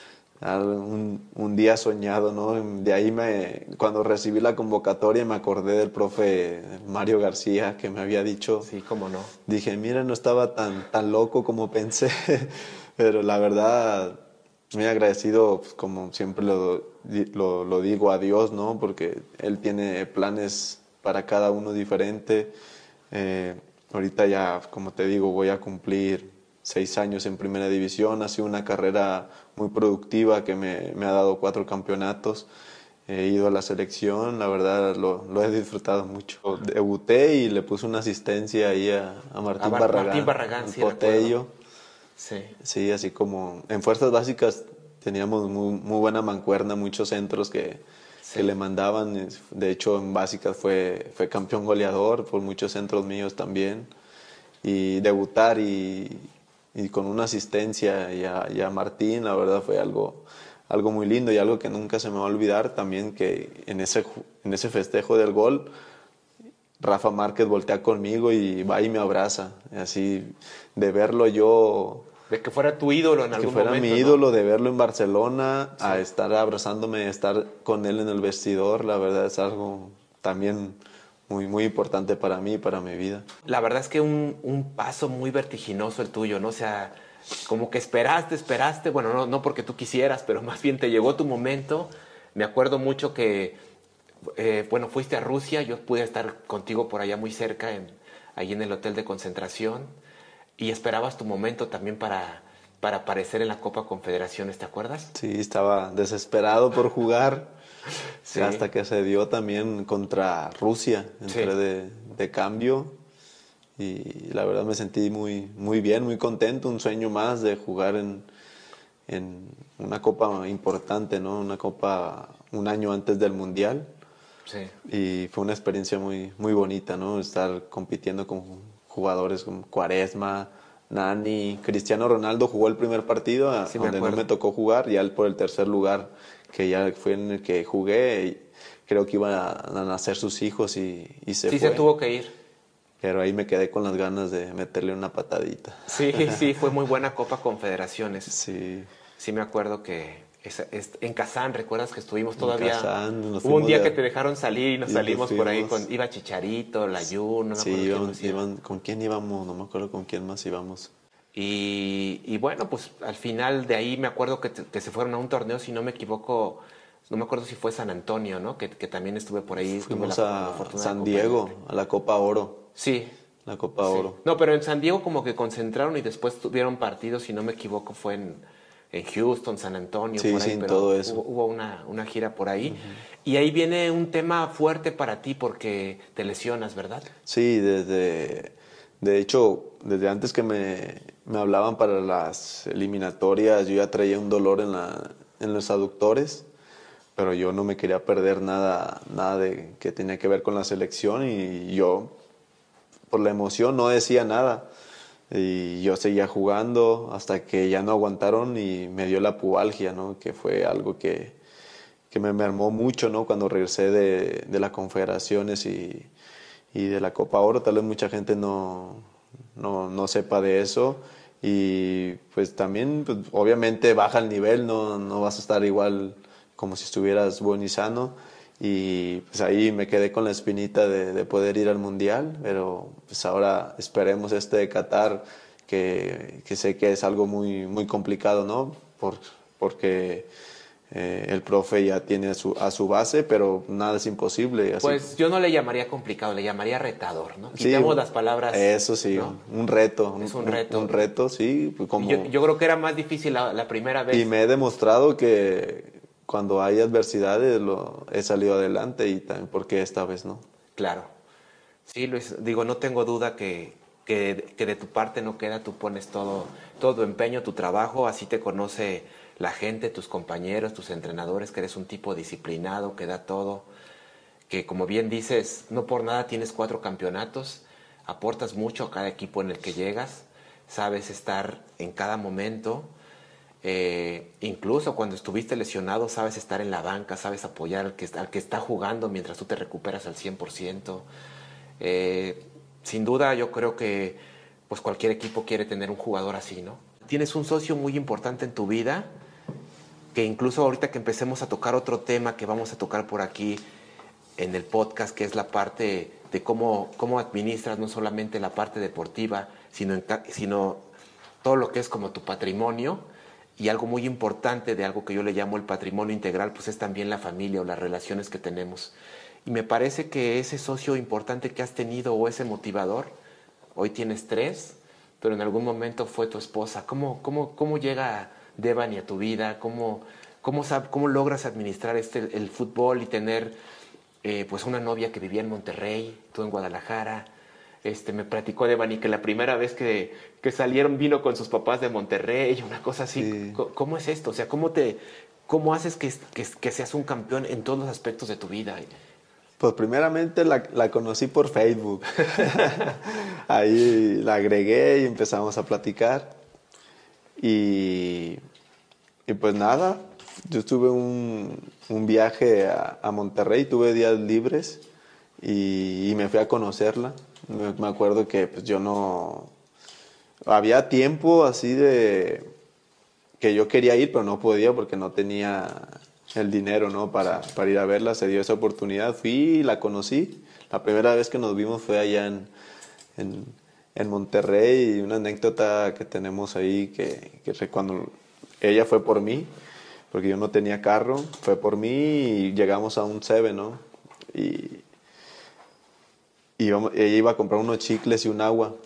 Un, un día soñado, ¿no? De ahí me, cuando recibí la convocatoria me acordé del profe Mario García que me había dicho. Sí, cómo no. Dije, mira, no estaba tan, tan loco como pensé, pero la verdad, muy agradecido, pues, como siempre lo, lo, lo digo, a Dios, ¿no? Porque Él tiene planes para cada uno diferente. Eh, ahorita ya, como te digo, voy a cumplir seis años en Primera División. Ha sido una carrera muy productiva que me, me ha dado cuatro campeonatos. He ido a la selección, la verdad lo, lo he disfrutado mucho. Debuté y le puse una asistencia ahí a, a Martín, a Bar Barragán, Martín Barragán, sí, Potello. Sí. Sí, así como en fuerzas básicas teníamos muy, muy buena mancuerna, muchos centros que, sí. que le mandaban. De hecho, en básicas fue, fue campeón goleador por muchos centros míos también. Y debutar y, y con una asistencia y a, y a Martín, la verdad fue algo, algo muy lindo y algo que nunca se me va a olvidar también, que en ese, en ese festejo del gol, Rafa Márquez voltea conmigo y va y me abraza. Así, de verlo yo... De que fuera tu ídolo en algún momento, que fuera mi ¿no? ídolo, de verlo en Barcelona, sí. a estar abrazándome, estar con él en el vestidor, la verdad es algo también... Muy, muy importante para mí y para mi vida. La verdad es que un, un paso muy vertiginoso el tuyo, ¿no? O sea, como que esperaste, esperaste, bueno, no, no porque tú quisieras, pero más bien te llegó tu momento. Me acuerdo mucho que, eh, bueno, fuiste a Rusia, yo pude estar contigo por allá muy cerca, en, ahí en el hotel de concentración, y esperabas tu momento también para, para aparecer en la Copa Confederaciones, ¿te acuerdas? Sí, estaba desesperado por jugar. Sí. Hasta que se dio también contra Rusia, entré sí. de, de cambio y la verdad me sentí muy, muy bien, muy contento, un sueño más de jugar en, en una copa importante, ¿no? Una copa un año antes del Mundial. Sí. Y fue una experiencia muy, muy bonita, ¿no? Estar compitiendo con jugadores como Quaresma, Nani, Cristiano Ronaldo jugó el primer partido, sí, donde no me tocó jugar, ya por el tercer lugar, que ya fue en el que jugué, y creo que iban a nacer sus hijos y, y se sí, fue. Sí, se tuvo que ir. Pero ahí me quedé con las ganas de meterle una patadita. Sí, sí, fue muy buena Copa Confederaciones. Sí. Sí me acuerdo que es, es, en Kazán, ¿recuerdas que estuvimos todavía? En Kazán. Nos Hubo un día de... que te dejaron salir y nos y salimos nos por ahí con... Iba Chicharito, Layún, no me sí, acuerdo íbamos, quién iban, ¿con quién íbamos? No me acuerdo con quién más íbamos. Y, y bueno, pues al final de ahí me acuerdo que, te, que se fueron a un torneo, si no me equivoco, no me acuerdo si fue San Antonio, ¿no? Que, que también estuve por ahí. Fuimos la, a la San Diego, a la Copa Oro. Sí. La Copa sí. Oro. No, pero en San Diego como que concentraron y después tuvieron partidos, si no me equivoco, fue en, en Houston, San Antonio, sí, por ahí. Sí, pero todo eso. Hubo, hubo una, una gira por ahí. Uh-huh. Y ahí viene un tema fuerte para ti porque te lesionas, ¿verdad? Sí, desde... De hecho, desde antes que me, me hablaban para las eliminatorias, yo ya traía un dolor en, la, en los aductores, pero yo no me quería perder nada, nada de, que tenía que ver con la selección y yo, por la emoción, no decía nada. Y yo seguía jugando hasta que ya no aguantaron y me dio la pubalgia, ¿no? Que fue algo que, que me mermó mucho, ¿no? Cuando regresé de, de las confederaciones y... y de la Copa Oro, tal vez mucha gente no, no, no sepa de eso y pues también pues, obviamente baja el nivel, no, no vas a estar igual como si estuvieras buen y sano y pues ahí me quedé con la espinita de, de poder ir al Mundial, pero pues ahora esperemos este de Qatar que, que sé que es algo muy, muy complicado, ¿no? Por, porque... Eh, el profe ya tiene a su, a su base, pero nada es imposible. Así. Pues yo no le llamaría complicado, le llamaría retador, ¿no? Quitemos sí, las palabras. Eso sí, ¿no? un reto. Es un reto. Un, un reto, sí. Como... Yo, yo creo que era más difícil la, la primera vez. Y me he demostrado que cuando hay adversidades lo, he salido adelante y también porque esta vez no. Claro. Sí, Luis, digo, no tengo duda que, que, que de tu parte no queda, tú pones todo, todo tu empeño, tu trabajo, así te conoce la gente, tus compañeros, tus entrenadores, que eres un tipo disciplinado, que da todo, que como bien dices, no por nada tienes cuatro campeonatos, aportas mucho a cada equipo en el que llegas, sabes estar en cada momento, eh, incluso cuando estuviste lesionado sabes estar en la banca, sabes apoyar al que, al que está jugando mientras tú te recuperas al cien por ciento. Eh, sin duda yo creo que pues cualquier equipo quiere tener un jugador así, ¿no? Tienes un socio muy importante en tu vida, que incluso ahorita que empecemos a tocar otro tema que vamos a tocar por aquí en el podcast, que es la parte de cómo, cómo administras no solamente la parte deportiva, sino, en, sino todo lo que es como tu patrimonio. Y algo muy importante de algo que yo le llamo el patrimonio integral, pues es también la familia o las relaciones que tenemos. Y me parece que ese socio importante que has tenido o ese motivador, hoy tienes tres, pero en algún momento fue tu esposa. ¿Cómo, cómo, cómo llega Devani a tu vida? ¿Cómo, cómo, cómo logras administrar este, el fútbol y tener eh, pues una novia que vivía en Monterrey, tú en Guadalajara? Este, me platicó Devani que la primera vez que, que salieron vino con sus papás de Monterrey, una cosa así. Sí. ¿Cómo es esto? O sea, ¿cómo, te, cómo haces que, que, que seas un campeón en todos los aspectos de tu vida? Pues primeramente la, la conocí por Facebook. Ahí la agregué y empezamos a platicar. Y, y pues nada, yo tuve un, un viaje a, a Monterrey, tuve días libres y, y me fui a conocerla. Me, me acuerdo que pues yo no... Había tiempo así de... que yo quería ir, pero no podía porque no tenía el dinero, ¿no? Para, para ir a verla. Se dio esa oportunidad, fui y la conocí. La primera vez que nos vimos fue allá en, en, en Monterrey. Y una anécdota que tenemos ahí, que, que cuando ella fue por mí, porque yo no tenía carro, fue por mí y llegamos a un Seven, ¿no? Y... Y ella iba a comprar unos chicles y un agua.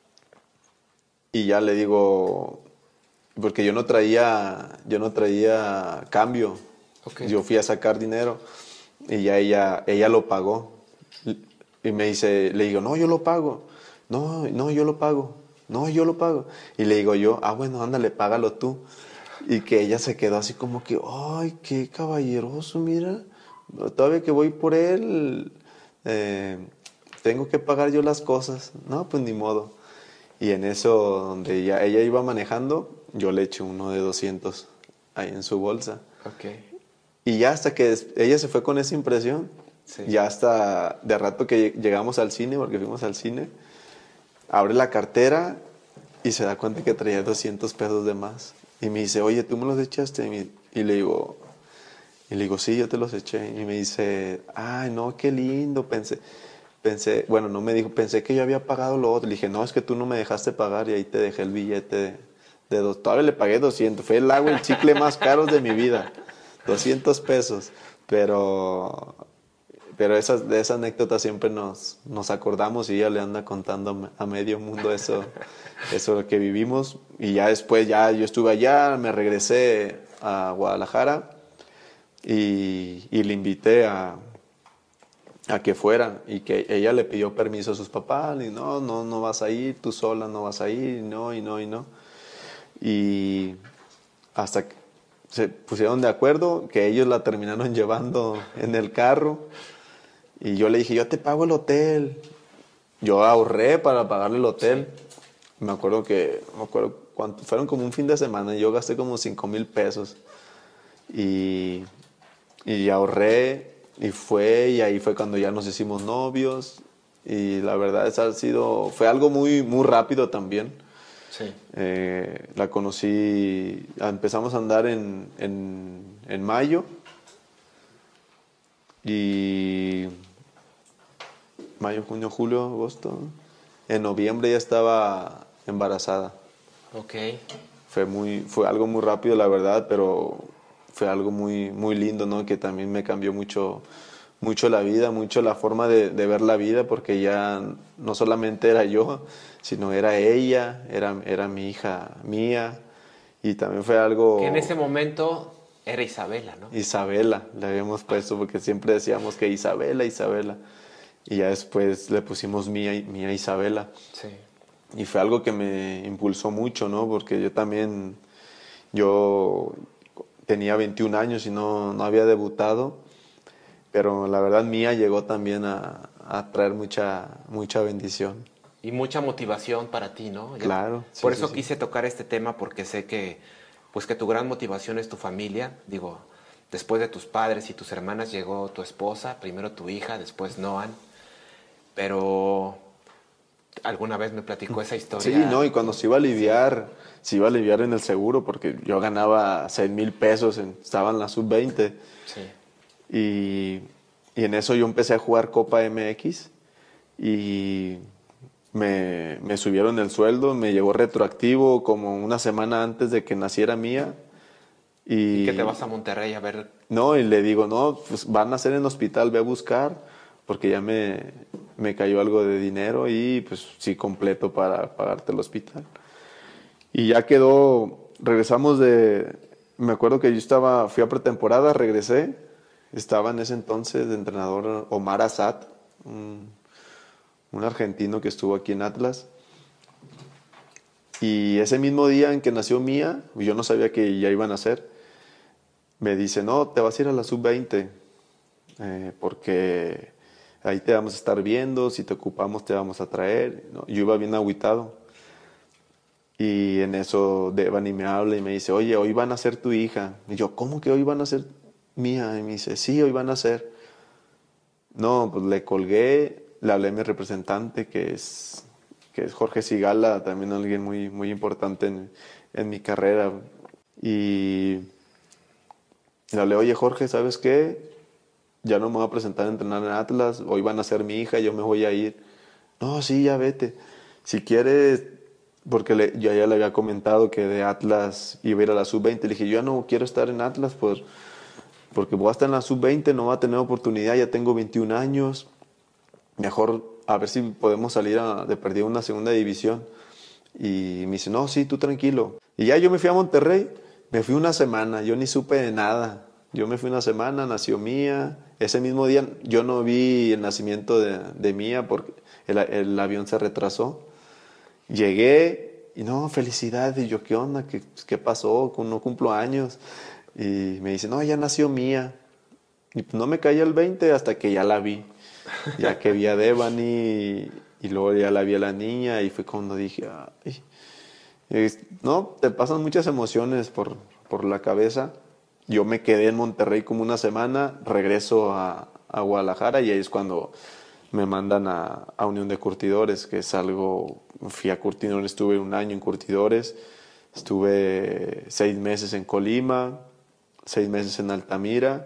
Y ya le digo, porque yo no traía, yo no traía cambio. Okay. Yo fui a sacar dinero y ya ella, ella lo pagó. Y me dice, le digo, no, yo lo pago. No, no, yo lo pago. No, yo lo pago. Y le digo yo, ah, bueno, ándale, págalo tú. Y que ella se quedó así como que, ay, qué caballeroso, mira. Todavía que voy por él... Eh, tengo que pagar yo las cosas. No, pues ni modo. Y en eso, donde ya ella iba manejando, yo le eché uno de doscientos ahí en su bolsa. Okay. Y ya hasta que ella se fue con esa impresión, sí. Ya hasta de rato que llegamos al cine, porque fuimos al cine, abre la cartera y se da cuenta que traía doscientos pesos de más. Y me dice, oye, ¿tú me los echaste? Y, me, y le digo, y le digo, sí, yo te los eché. Y me dice, ay, no, qué lindo, pensé... Pensé, bueno, no me dijo, pensé que yo había pagado lo otro. Le dije, no, es que tú no me dejaste pagar y ahí te dejé el billete de, de dos. Todavía le pagué doscientos. Fue el agua y el chicle más caros de mi vida. doscientos pesos. Pero, pero esas, de esa anécdota siempre nos, nos acordamos y ella le anda contando a medio mundo eso, eso que vivimos. Y ya después, ya yo estuve allá, me regresé a Guadalajara y, y le invité a... a que fuera, y que ella le pidió permiso a sus papás, y no, no, no vas a ir, tú sola no vas a ir, y no, y no, y no. Y hasta que se pusieron de acuerdo, que ellos la terminaron llevando en el carro, y yo le dije, yo te pago el hotel. Yo ahorré para pagarle el hotel. Sí. Me acuerdo que, me acuerdo cuánto, fueron como un fin de semana, y yo gasté como cinco mil pesos, y, y ahorré. Y fue, y ahí fue cuando ya nos hicimos novios. Y la verdad, esa ha sido, fue algo muy, muy rápido también. Sí. Eh, la conocí, empezamos a andar en, en, en mayo. Y mayo, junio, julio, agosto. En noviembre ya estaba embarazada. Ok. Fue, muy, fue algo muy rápido, la verdad, pero... fue algo muy, muy lindo, ¿no? Que también me cambió mucho, mucho la vida, mucho la forma de, de ver la vida, porque ya no solamente era yo, sino era ella, era, era mi hija mía, y también fue algo... Que en ese momento era Isabela, ¿no? Isabela, le habíamos puesto, porque siempre decíamos que Isabela, Isabela, y ya después le pusimos Mía, Mía Isabela. Sí. y fue algo que me impulsó mucho, ¿no? Porque yo también, yo tenía veintiún años y no, no había debutado, pero la verdad Mía llegó también a, a traer mucha, mucha bendición. Y mucha motivación para ti, ¿no? Ya- Claro. Sí, Por sí, eso sí. quise tocar este tema, porque sé que, pues que tu gran motivación es tu familia. Digo, después de tus padres y tus hermanas llegó tu esposa, primero tu hija, después Noan. Pero alguna vez me platicó esa historia. Sí, no, y cuando se iba a aliviar, se iba a aliviar en el seguro, porque yo ganaba seis mil pesos, en- estaba en la sub veinte, Sí. y, y en eso yo empecé a jugar Copa M X, y me, me subieron el sueldo, me llegó retroactivo como una semana antes de que naciera Mía, Y y, que te vas a Monterrey a ver. no, y le digo, no, pues van a hacer en hospital, ve a buscar, porque ya me, me cayó algo de dinero y pues sí completo para pagarte el hospital. Y ya quedó, regresamos de, me acuerdo que yo estaba, fui a pretemporada, regresé, estaba en ese entonces de entrenador Omar Azad, un, un argentino que estuvo aquí en Atlas. Y ese mismo día en que nació Mía, yo no sabía que ya iban a hacer, me dice, no, te vas a ir a la sub veinte, eh, porque ahí te vamos a estar viendo, si te ocupamos te vamos a traer. ¿No? Yo iba bien agüitado. Y en eso Devani me habla y me dice, oye, hoy van a ser tu hija. Y yo, ¿cómo que hoy van a ser mía? Y me dice, sí, hoy van a ser. No, pues le colgué, le hablé a mi representante, que es, que es Jorge Sigala, también alguien muy, muy importante en, en mi carrera. Y le hablé, oye Jorge, ¿sabes qué? Ya no me voy a presentar a entrenar en Atlas, hoy van a ser mi hija, yo me voy a ir. No, sí, ya vete. Si quieres, porque le, yo ya le había comentado que de Atlas iba a ir a la sub veinte, le dije, yo ya no quiero estar en Atlas, pues, porque voy a estar en la sub veinte, no voy a tener oportunidad, ya tengo veintiún años, mejor a ver si podemos salir a, de perdida una segunda división. Y me dice, no, sí, tú tranquilo. Y ya yo me fui a Monterrey, me fui una semana, yo ni supe de nada. Yo me fui una semana, nació Mía. Ese mismo día yo no vi el nacimiento de, de Mía porque el, el avión se retrasó. Llegué y no, felicidades. Y yo, ¿qué onda? ¿Qué, qué pasó? No cumplo años. Y me dice, no, ya nació Mía. Y pues no me caía el veinte hasta que ya la vi. Ya que vi a Devani y, y luego ya la vi a la niña y fue cuando dije, ay. Es- no, te pasan muchas emociones por, por la cabeza. Yo me quedé en Monterrey como una semana, regreso a, a Guadalajara y ahí es cuando me mandan a, a Unión de Curtidores, que es algo, fui a Curtidores, estuve un año en Curtidores, estuve seis meses en Colima, seis meses en Altamira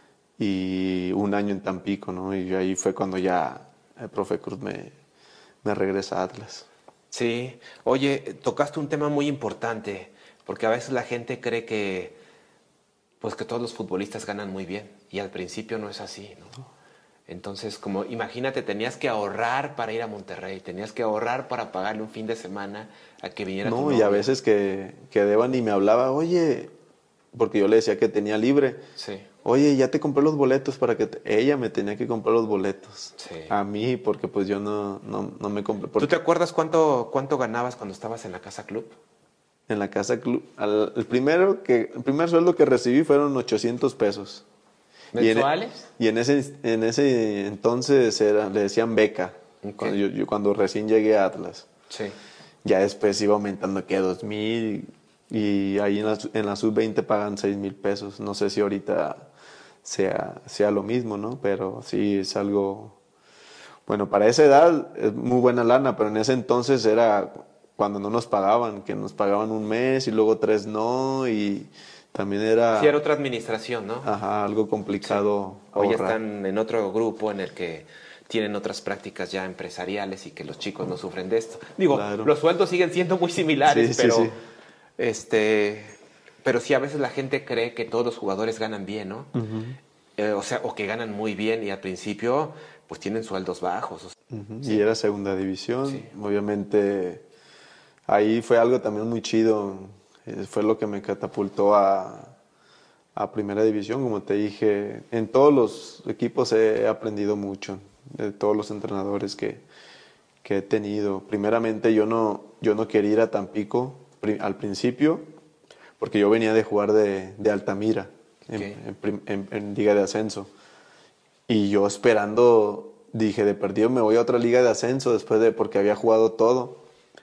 y un año en Tampico, ¿no? Y ahí fue cuando ya el profe Cruz me, me regresa a Atlas. Sí, oye, tocaste un tema muy importante, porque a veces la gente cree que, pues que todos los futbolistas ganan muy bien, y al principio no es así, ¿no? Entonces, como imagínate, tenías que ahorrar para ir a Monterrey, tenías que ahorrar para pagarle un fin de semana a que viniera tu No, y novia. a veces que, que Devani me hablaba, oye, porque yo le decía que tenía libre, Sí, oye, ya te compré los boletos para que te-". Ella me tenía que comprar los boletos sí. a mí, porque pues yo no, no, no me compré. Porque ¿Tú te acuerdas cuánto, cuánto ganabas cuando estabas en la Casa Club? en la casa club, al- el, primero que, el primer sueldo que recibí fueron ochocientos pesos. Y en, ¿Mensuales? y en ese, en ese entonces era, le decían beca, Ok. cuando, yo, yo cuando recién llegué a Atlas. Sí. Ya después iba aumentando que dos mil y ahí en la, en la sub veinte pagan seis mil pesos. No sé si ahorita sea, sea lo mismo, ¿no? Pero sí es algo, bueno, para esa edad es muy buena lana, pero en ese entonces era cuando no nos pagaban, que nos pagaban un mes y luego tres no, y también era, Sí, era otra administración, ¿no? ajá, algo complicado Hoy ahorrar. están en otro grupo en el que tienen otras prácticas ya empresariales y que los chicos no sufren de esto. Digo, Claro. los sueldos siguen siendo muy similares, Sí, sí, pero sí. este, pero sí a veces la gente cree que todos los jugadores ganan bien, ¿no? Eh, o sea, o que ganan muy bien y al principio pues tienen sueldos bajos. O sea, Ujú, y era segunda división. Sí. Obviamente ahí fue algo también muy chido. Eh, fue lo que me catapultó a, a primera división. Como te dije, en todos los equipos he aprendido mucho, de todos los entrenadores que, que he tenido. Primeramente yo no, yo no quería ir a Tampico pri- al principio porque yo venía de jugar de, de Altamira en, Okay. en prim- en- en Liga de Ascenso. Y yo esperando, dije, de perdido me voy a otra Liga de Ascenso después de, porque había jugado todo.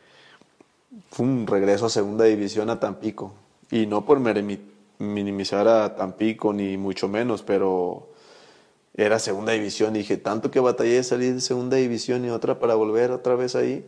Fue un regreso a Segunda División a Tampico. Y no por meremi- minimizar a Tampico, ni mucho menos, pero era Segunda División. Dije, tanto que batallé de salir de Segunda División y otra para volver otra vez ahí.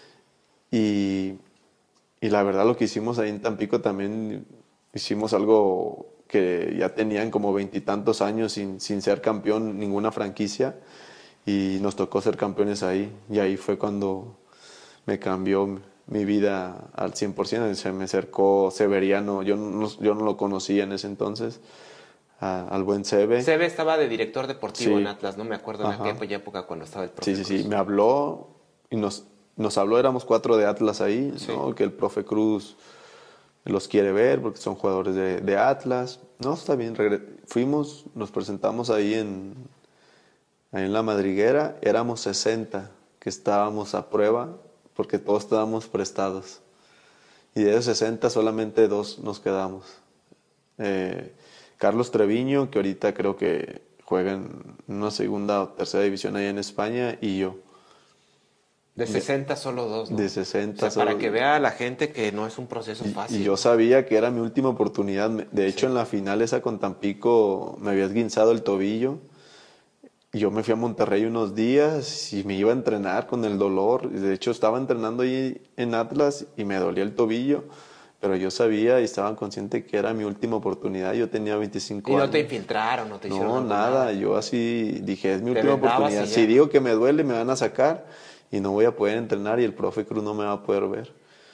Y, y la verdad lo que hicimos ahí en Tampico también hicimos algo que ya tenían como veintitantos años sin, sin ser campeón ninguna franquicia. Y nos tocó ser campeones ahí. Y ahí fue cuando me cambió mi vida al cien por ciento. Se me acercó Severiano, yo no, yo no lo conocía en ese entonces, a- al buen Seve. Sebe estaba de director deportivo Sí. en Atlas, no me acuerdo en Ajá. aquella época cuando estaba el profe Sí, sí, sí, Cruz. me habló y nos, nos habló, éramos cuatro de Atlas ahí, Sí. ¿no? Que el profe Cruz los quiere ver porque son jugadores de, de Atlas. No, está bien, regre- fuimos, nos presentamos ahí en, ahí en La Madriguera, éramos sesenta que estábamos a prueba porque todos estábamos prestados. Y de esos sesenta solamente dos nos quedamos. Eh, Carlos Treviño, que ahorita creo que juega en una segunda o tercera división ahí en España, y yo. De sesenta solo dos, ¿no? De sesenta O sea, para solo- que vea la gente que no es un proceso Y, fácil. y yo sabía que era mi última oportunidad. Me- De hecho, en la final esa con Tampico me había esguinzado el tobillo. Y yo me fui a Monterrey unos días y me iba a entrenar con el dolor. De hecho, estaba entrenando ahí en Atlas y me dolía el tobillo. Pero yo sabía y estaba consciente que era mi última oportunidad. Yo tenía veinticinco Y no años. te infiltraron, no te hicieron No, algo, nada. Yo así dije, es mi Te última vendabas oportunidad. y ya. Si digo que me duele, me van a sacar y no voy a poder entrenar y el profe Cruz no me va a poder ver.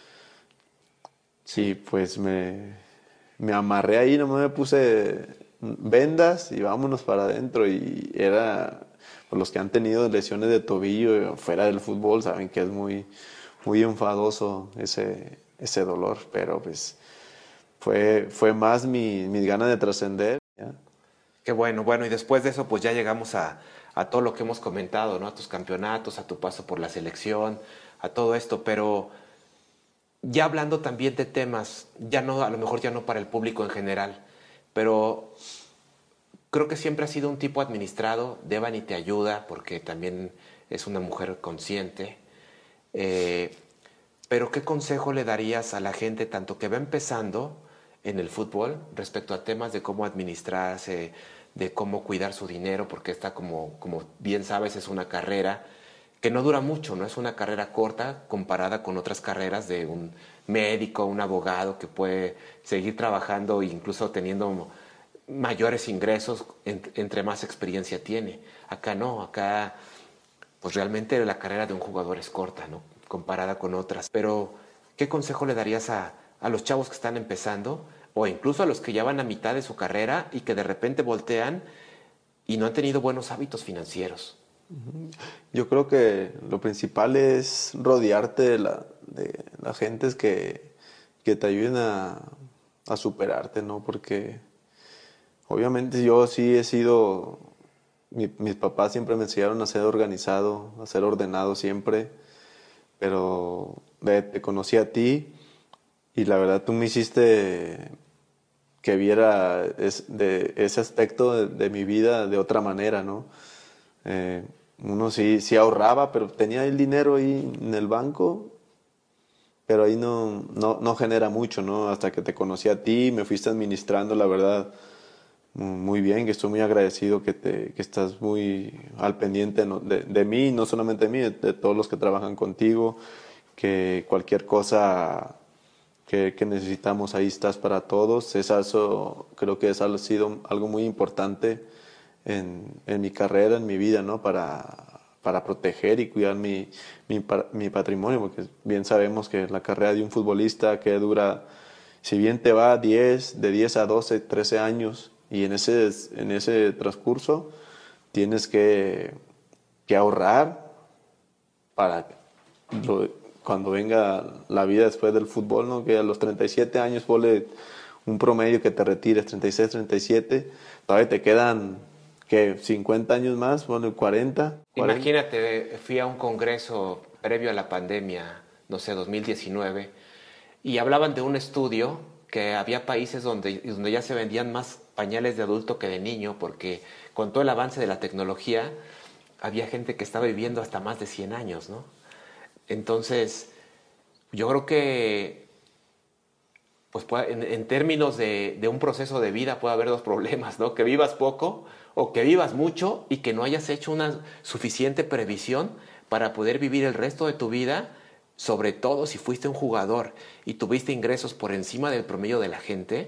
Sí, pues me, me amarré ahí, nomás me puse vendas y vámonos para adentro. Y era, pues los que han tenido lesiones de tobillo fuera del fútbol saben que es muy, muy enfadoso ese, ese dolor, pero pues fue, fue más mi, mis ganas de trascender. ¿Ya? Qué bueno, bueno, y después de eso pues ya llegamos a, a todo lo que hemos comentado, ¿no? A tus campeonatos, a tu paso por la selección, a todo esto, pero ya hablando también de temas, ya no, a lo mejor ya no para el público en general, pero creo que siempre has sido un tipo administrado, Devani te ayuda porque también es una mujer consciente, eh, pero ¿qué consejo le darías a la gente tanto que va empezando en el fútbol respecto a temas de cómo administrarse, de cómo cuidar su dinero, porque esta, como, como bien sabes, es una carrera que no dura mucho, no es una carrera corta comparada con otras carreras de un médico, un abogado que puede seguir trabajando e incluso teniendo mayores ingresos entre más experiencia tiene. Acá no, acá pues realmente la carrera de un jugador es corta, ¿no? Comparada con otras. Pero, ¿qué consejo le darías a, a los chavos que están empezando o incluso a los que ya van a mitad de su carrera y que de repente voltean y no han tenido buenos hábitos financieros? Yo creo que lo principal es rodearte de la, de las gentes que, que te ayuden a, a superarte, ¿no? Porque obviamente yo sí he sido, mi- mis papás siempre me enseñaron a ser organizado, a ser ordenado siempre, pero ve, te conocí a ti y la verdad tú me hiciste que viera es- de ese aspecto de, de mi vida de otra manera, ¿no? Eh, uno sí, sí ahorraba, pero tenía el dinero ahí en el banco, pero ahí no, no, no genera mucho, ¿no? Hasta que te conocí a ti, me fuiste administrando, la verdad, muy bien, que estoy muy agradecido que, te, que estás muy al pendiente, ¿no? de, de mí, no solamente de mí, de, de todos los que trabajan contigo, que cualquier cosa que, que necesitamos, ahí estás para todos. Es eso, creo que eso ha sido algo muy importante en, en mi carrera, en mi vida, ¿no? Para, para proteger y cuidar mi, mi, pa- mi patrimonio, porque bien sabemos que la carrera de un futbolista que dura, si bien te va diez, de diez a doce, trece años, y en ese, en ese transcurso tienes que, que ahorrar para lo- cuando venga la vida después del fútbol, ¿no? Que a los treinta y siete años, ponle un promedio que te retires, treinta y seis, treinta y siete, todavía te quedan, ¿qué? cincuenta años más, ponle cuarenta. cuarenta. Imagínate, fui a un congreso previo a la pandemia, no sé, dos mil diecinueve, y hablaban de un estudio que había países donde, donde ya se vendían más pañales de adulto que de niño, porque con todo el avance de la tecnología, había gente que estaba viviendo hasta más de cien años, ¿no? Entonces, yo creo que pues en, en términos de, de un proceso de vida puede haber dos problemas, ¿no? Que vivas poco o que vivas mucho y que no hayas hecho una suficiente previsión para poder vivir el resto de tu vida, sobre todo si fuiste un jugador y tuviste ingresos por encima del promedio de la gente,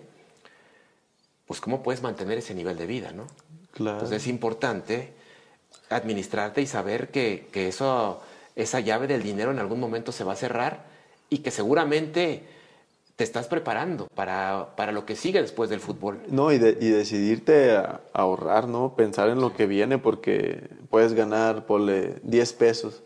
pues cómo puedes mantener ese nivel de vida, ¿no? Claro. Entonces es importante administrarte y saber que, que eso, esa llave del dinero en algún momento se va a cerrar y que seguramente te estás preparando para, para lo que sigue después del fútbol. No, y, de, y decidirte a, a ahorrar, ¿no? Pensar en lo que viene, porque puedes ganar, ponle diez pesos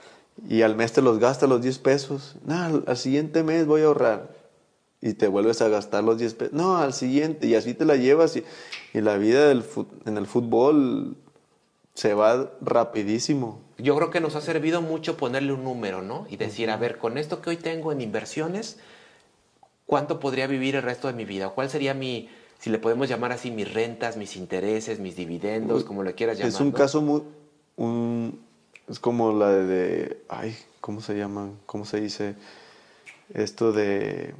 y al mes te los gastas los diez pesos. No, al, al siguiente mes voy a ahorrar y te vuelves a gastar los diez pesos. No, al siguiente, y así te la llevas y, y la vida del, en el fútbol se va rapidísimo. Yo creo que nos ha servido mucho ponerle un número, ¿no? Y decir, uh-huh. a ver, con esto que hoy tengo en inversiones, ¿cuánto podría vivir el resto de mi vida? ¿Cuál sería mi, si le podemos llamar así, mis rentas, mis intereses, mis dividendos, como le quieras llamar? Es un ¿no? caso muy... Un, es como la de, de... Ay, ¿cómo se llaman? ¿Cómo se dice? Esto de...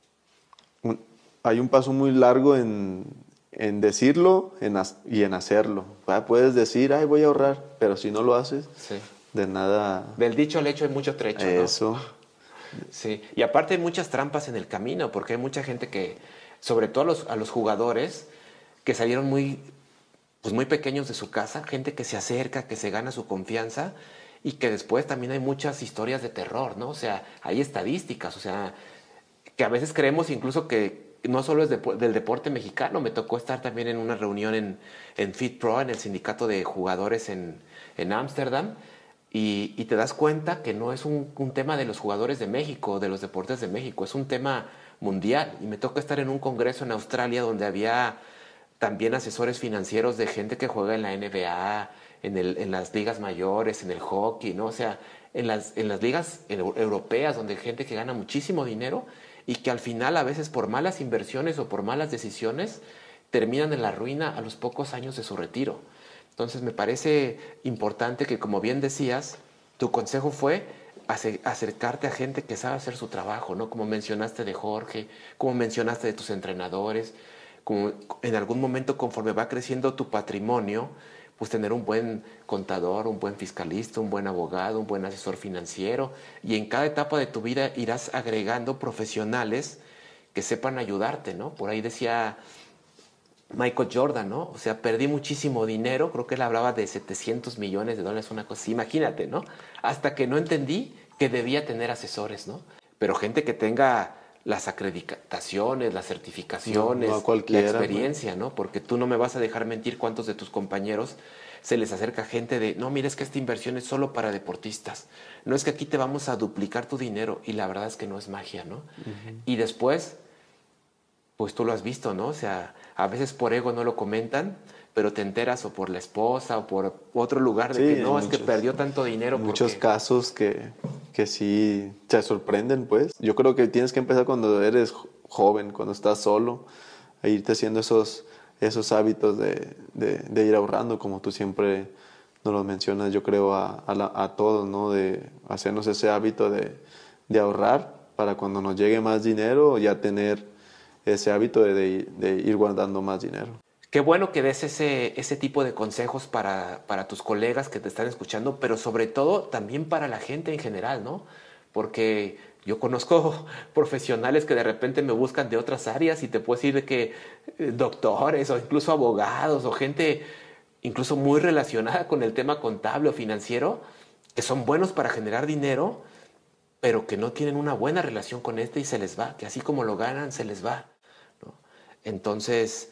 Un, hay un paso muy largo en, en decirlo en, y en hacerlo. ¿Va? Puedes decir, ay, voy a ahorrar, pero si no lo haces, sí. de nada... Del dicho al hecho hay mucho trecho, Eso... ¿no? Sí, y aparte hay muchas trampas en el camino, porque hay mucha gente que, sobre todo a los, a los jugadores, que salieron muy, pues muy pequeños de su casa, gente que se acerca, que se gana su confianza, y que después también hay muchas historias de terror, ¿no? O sea, hay estadísticas, o sea, que a veces creemos incluso que no solo es de, del deporte mexicano. Me tocó estar también en una reunión en, en FitPro, en el sindicato de jugadores en Ámsterdam, Y, y te das cuenta que no es un, un tema de los jugadores de México, de los deportes de México, es un tema mundial. Y me toca estar en un congreso en Australia donde había también asesores financieros de gente que juega en la N B A, en, el, en las ligas mayores, en el hockey, ¿no? O sea, en las, en las ligas europeas donde hay gente que gana muchísimo dinero y que al final a veces por malas inversiones o por malas decisiones terminan en la ruina a los pocos años de su retiro. Entonces me parece importante que, como bien decías, tu consejo fue acercarte a gente que sabe hacer su trabajo, ¿no? Como mencionaste de Jorge, como mencionaste de tus entrenadores, como en algún momento conforme va creciendo tu patrimonio, pues tener un buen contador, un buen fiscalista, un buen abogado, un buen asesor financiero, y en cada etapa de tu vida irás agregando profesionales que sepan ayudarte, ¿no? Por ahí decía Michael Jordan, ¿no? O sea, perdí muchísimo dinero, creo que él hablaba de setecientos millones de dólares, una cosa así, imagínate, ¿no? Hasta que no entendí que debía tener asesores, ¿no? Pero gente que tenga las acreditaciones, las certificaciones, no, no cualquiera, la experiencia, ¿no? Porque tú no me vas a dejar mentir cuántos de tus compañeros se les acerca gente de, no, mira, es que esta inversión es solo para deportistas, no es que aquí te vamos a duplicar tu dinero, y la verdad es que no es magia, ¿no? Uh-huh. Y después, pues tú lo has visto, ¿no? O sea, a veces por ego no lo comentan, pero te enteras o por la esposa o por otro lugar de sí, que no, muchos, es que perdió tanto dinero. Muchos porque... casos que, que sí te sorprenden, pues. Yo creo que tienes que empezar cuando eres joven, cuando estás solo, a irte haciendo esos, esos hábitos de, de, de ir ahorrando, como tú siempre nos lo mencionas, yo creo, a, a, la, a todos, ¿no? De hacernos ese hábito de, de ahorrar para cuando nos llegue más dinero ya tener ese hábito de, de, de ir guardando más dinero. Qué bueno que des ese, ese tipo de consejos para, para tus colegas que te están escuchando, pero sobre todo también para la gente en general, ¿no? Porque yo conozco profesionales que de repente me buscan de otras áreas y te puedo decir de que eh, doctores o incluso abogados o gente incluso muy relacionada con el tema contable o financiero, que son buenos para generar dinero, pero que no tienen una buena relación con este y se les va, que así como lo ganan, se les va, ¿no? Entonces...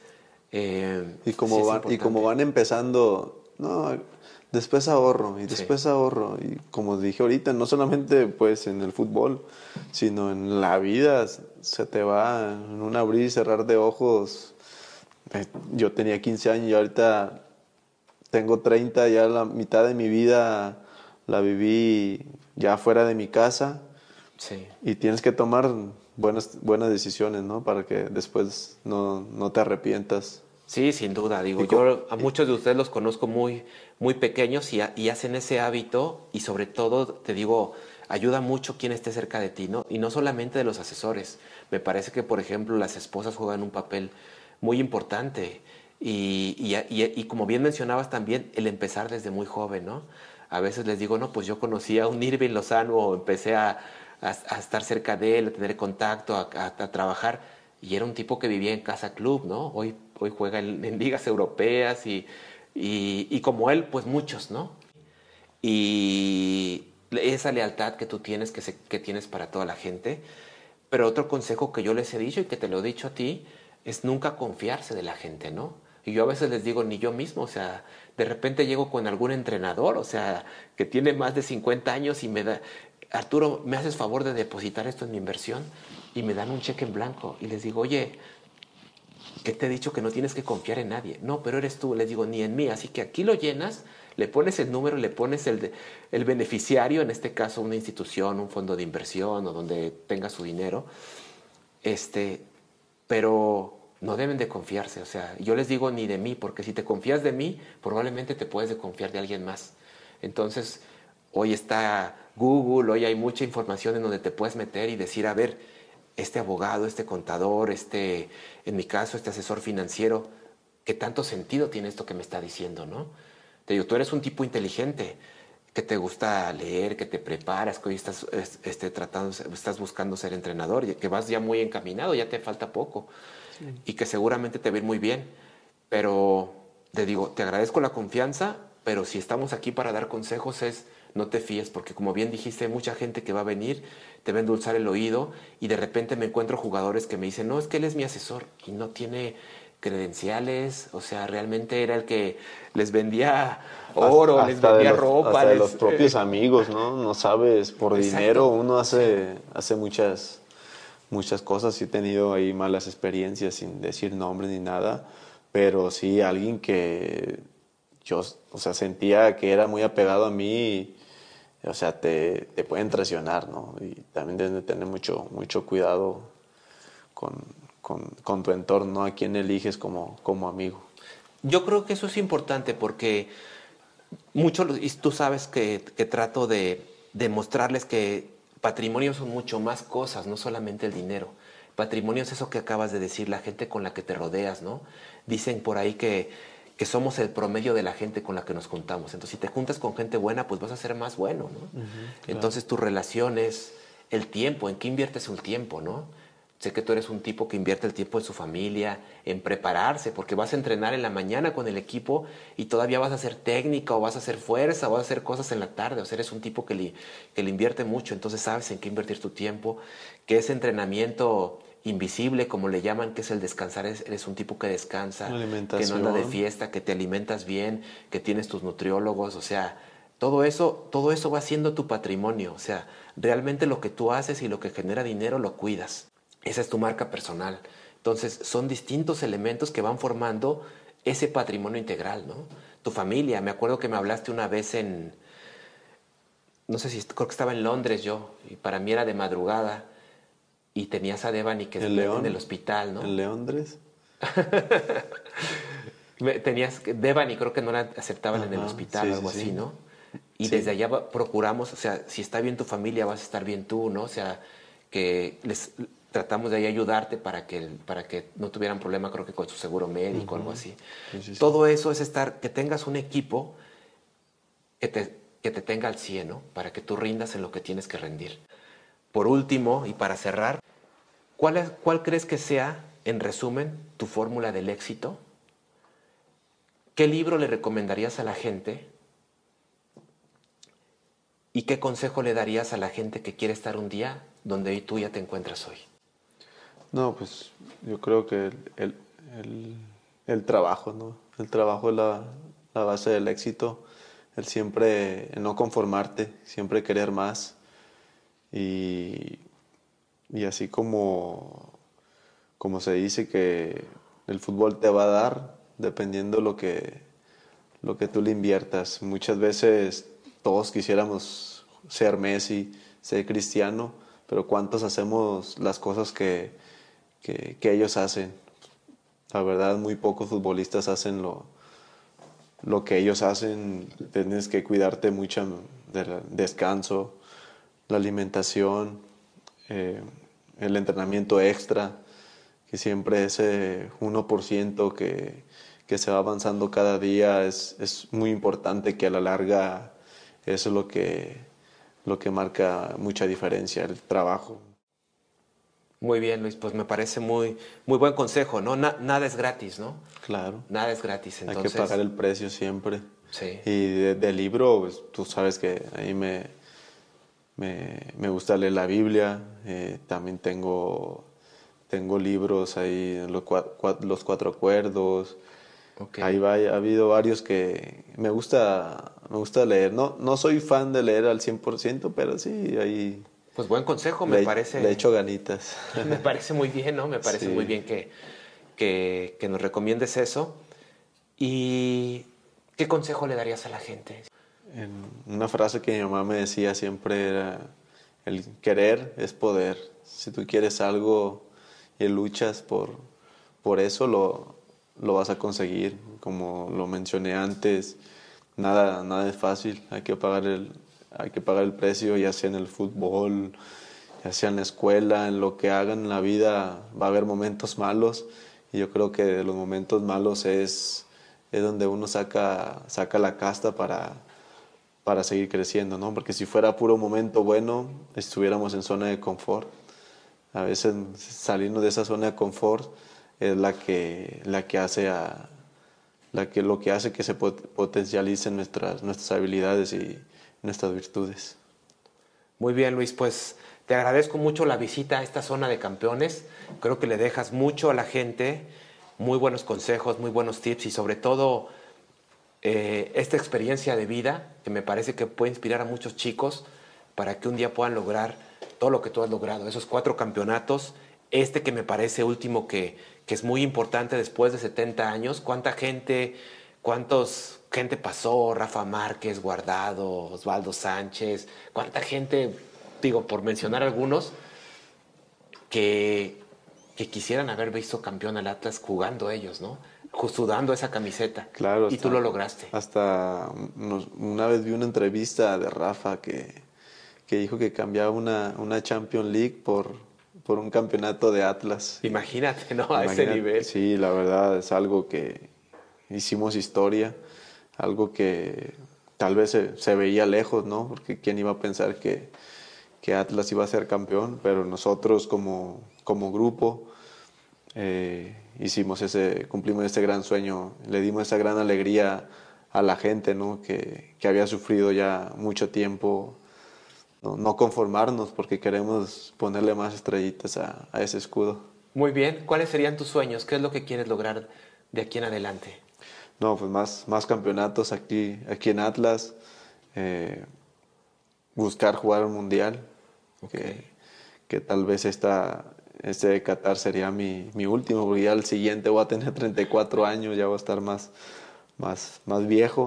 Eh, y, como sí van, y como van empezando, no, después ahorro, y después sí. ahorro. Y como dije ahorita, no solamente pues en el fútbol, sino en la vida, se te va en un abrir y cerrar de ojos. Yo tenía quince años y ahorita tengo treinta, ya la mitad de mi vida la viví ya fuera de mi casa. Sí. Y tienes que tomar buenas, buenas decisiones, ¿no? Para que después no, no te arrepientas. Sí, sin duda. Digo, Y co- yo a muchos de ustedes los conozco muy, muy pequeños y, ha- y hacen ese hábito y sobre todo, te digo, ayuda mucho quien esté cerca de ti, ¿no? Y no solamente de los asesores. Me parece que, por ejemplo, las esposas juegan un papel muy importante y, y, y- y como bien mencionabas también, el empezar desde muy joven, ¿no? A veces les digo, no, pues yo conocí a un Irving Lozano, o empecé a, a- a estar cerca de él, a tener contacto, a, a- a trabajar, y era un tipo que vivía en casa club, ¿no? Hoy, hoy juega en, en ligas europeas y, y, y como él, pues muchos, ¿no? Y esa lealtad que tú tienes, que, se, que tienes para toda la gente. Pero otro consejo que yo les he dicho y que te lo he dicho a ti es nunca confiarse de la gente, ¿no? Y yo a veces les digo, ni yo mismo, o sea, de repente llego con algún entrenador, o sea, que tiene más de cincuenta años y me da, Arturo, ¿me haces favor de depositar esto en mi inversión? Y me dan un cheque en blanco y les digo, oye, que te he dicho que no tienes que confiar en nadie. No, pero eres tú, les digo, ni en mí. Así que aquí lo llenas, le pones el número, le pones el, de- el beneficiario, en este caso una institución, un fondo de inversión o donde tenga su dinero. Este, pero no deben de confiarse. O sea, yo les digo ni de mí, porque si te confías de mí, probablemente te puedes de confiar de alguien más. Entonces, hoy está Google, hoy hay mucha información en donde te puedes meter y decir, a ver, este abogado, este contador, este, en mi caso, este asesor financiero, ¿qué tanto sentido tiene esto que me está diciendo, no? Te digo, tú eres un tipo inteligente, que te gusta leer, que te preparas, que hoy estás, este, tratando, estás buscando ser entrenador, que vas ya muy encaminado, ya te falta poco, Sí. y que seguramente te va a ir muy bien. Pero te digo, te agradezco la confianza, pero si estamos aquí para dar consejos es no te fíes, porque como bien dijiste, hay mucha gente que va a venir, te va a endulzar el oído y de repente me encuentro jugadores que me dicen, no, es que él es mi asesor y no tiene credenciales, o sea, realmente era el que les vendía oro, Hasta, les hasta de vendía los, ropa, hasta de los les... propios eh, amigos, ¿no? No sabes, por dinero exacto, uno sí, hace, hace muchas, muchas cosas. Sí he tenido ahí malas experiencias sin decir nombres ni nada, pero sí alguien que yo, o sea, sentía que era muy apegado a mí, o sea, te, te pueden traicionar, ¿no? Y también debes de tener mucho, mucho cuidado con, con, con tu entorno, ¿no? A quién eliges como, como amigo. yo creo que eso es importante porque mucho, y tú sabes que, que trato de demostrarles que patrimonio son mucho más cosas, no solamente el dinero. Patrimonio es eso que acabas de decir, la gente con la que te rodeas, ¿no? Dicen por ahí que, que somos el promedio de la gente con la que nos juntamos. Entonces, si te juntas con gente buena, pues vas a ser más bueno, ¿no? Ujú, claro. Entonces, tus relaciones, el tiempo, ¿en qué inviertes el tiempo, no? Sé que tú eres un tipo que invierte el tiempo en su familia, en prepararse, porque vas a entrenar en la mañana con el equipo y todavía vas a hacer técnica o vas a hacer fuerza o vas a hacer cosas en la tarde. O sea, eres un tipo que le, que le invierte mucho, entonces sabes en qué invertir tu tiempo, que ese entrenamiento invisible, como le llaman, que es el descansar, eres, eres un tipo que descansa, que no anda de Alimentación. fiesta, que te alimentas bien, que tienes tus nutriólogos, o sea, todo eso, todo eso va siendo tu patrimonio. O sea, realmente lo que tú haces y lo que genera dinero lo cuidas. Esa es tu marca personal. Entonces, son distintos elementos que van formando ese patrimonio integral, ¿no? Tu familia, me acuerdo que me hablaste una vez en, no sé si, creo que estaba en Londres yo, y para mí era de madrugada, y tenías a Devani que El en, en el León. hospital, ¿no? El Leondres. Me- Tenías, que- Devani creo que no la aceptaban en el Ajá, hospital o sí, sí, algo así, sí. ¿no? Y desde Sí. allá va- procuramos, o sea, si está bien tu familia, vas a estar bien tú, ¿no? O sea, que les tratamos de ahí ayudarte para que, para que no tuvieran problema, creo que con su seguro médico o algo Ujú. así. Sí, sí, sí. Todo eso es estar, que tengas un equipo que te, que te tenga al cien, ¿no? Para que tú rindas en lo que tienes que rendir. Por último, y para cerrar, ¿cuál, es- cuál crees que sea, en resumen, tu fórmula del éxito? ¿Qué libro le recomendarías a la gente? ¿Y qué consejo le darías a la gente que quiere estar un día donde tú ya te encuentras hoy? No, pues yo creo que el, el, el- el trabajo, ¿no? El trabajo es la, la base del éxito. El siempre, el no conformarte, siempre querer más. Y, y así como, como se dice que el fútbol te va a dar, dependiendo lo que, lo que tú le inviertas. Muchas veces todos quisiéramos ser Messi, ser Cristiano, pero ¿cuántos hacemos las cosas que, que, que ellos hacen? La verdad, muy pocos futbolistas hacen lo, lo que ellos hacen. Tienes que cuidarte mucho del descanso, la alimentación, eh, el entrenamiento extra, que siempre ese uno por ciento que, que se va avanzando cada día es, es muy importante, que a la larga eso es lo que, lo que marca mucha diferencia, el trabajo. Muy bien, Luis, pues me parece muy, muy buen consejo, ¿no? Na- nada es gratis, ¿no? Claro. Nada es gratis, entonces... Hay que pagar el precio siempre. Sí. Y de, de libro, pues, tú sabes que a mí me, me, me gusta leer la Biblia. Eh, también tengo, tengo libros ahí, los, cua, cua, los Cuatro Acuerdos. Okay. Ahí va, ha habido varios que me gusta, me gusta leer. No, no soy fan de leer al cien por ciento, pero sí, ahí... Pues buen consejo, me le, parece. Le echo ganitas. Me parece muy bien, ¿no? Me parece sí. muy bien que, que, que nos recomiendes eso. ¿Y qué consejo le darías a la gente? En una frase que mi mamá me decía siempre era: el querer es poder. Si tú quieres algo y luchas por, por eso, lo, lo vas a conseguir. Como lo mencioné antes, nada, nada es fácil. Hay que pagar el, hay que pagar el precio, ya sea en el fútbol, ya sea en la escuela, en lo que hagan en la vida. Va a haber momentos malos, y yo creo que de los momentos malos es, es donde uno saca, saca la casta para, para seguir creciendo, ¿no? Porque si fuera puro momento bueno, estuviéramos en zona de confort. A veces salirnos de esa zona de confort es la que, la que hace a, la que, lo que hace que se potencialicen nuestras, nuestras habilidades y nuestras virtudes. Muy bien, Luis, pues te agradezco mucho la visita a esta zona de campeones. Creo que le dejas mucho a la gente, muy buenos consejos, muy buenos tips y sobre todo eh, esta experiencia de vida que me parece que puede inspirar a muchos chicos para que un día puedan lograr todo lo que tú has logrado, esos cuatro campeonatos, este que me parece último que, que es muy importante después de setenta años. ¿Cuánta gente, cuántos gente pasó? Rafa Márquez, Guardado, Osvaldo Sánchez, cuánta gente, digo, por mencionar algunos, que, que quisieran haber visto campeón al Atlas jugando ellos, ¿no? Sudando esa camiseta. Claro, y hasta, tú lo lograste. Hasta nos, una vez vi una entrevista de Rafa que, que dijo que cambiaba una, una Champions League por, por un campeonato de Atlas. Imagínate, ¿no? Imagínate, a ese nivel. Sí, la verdad es algo que hicimos historia, algo que tal vez se, se veía lejos, ¿no? Porque quién iba a pensar que, que Atlas iba a ser campeón, pero nosotros como, como grupo eh, hicimos ese, cumplimos ese gran sueño, le dimos esa gran alegría a la gente, ¿no? Que, que había sufrido ya mucho tiempo, no, no conformarnos, porque queremos ponerle más estrellitas a, a ese escudo. Muy bien, ¿cuáles serían tus sueños? ¿Qué es lo que quieres lograr de aquí en adelante? No, pues más, más campeonatos aquí, aquí en Atlas, eh, buscar jugar un mundial, okay. que, que tal vez esta, este de Qatar sería mi, mi último, porque ya el siguiente voy a tener treinta y cuatro años, ya voy a estar más, más, más viejo,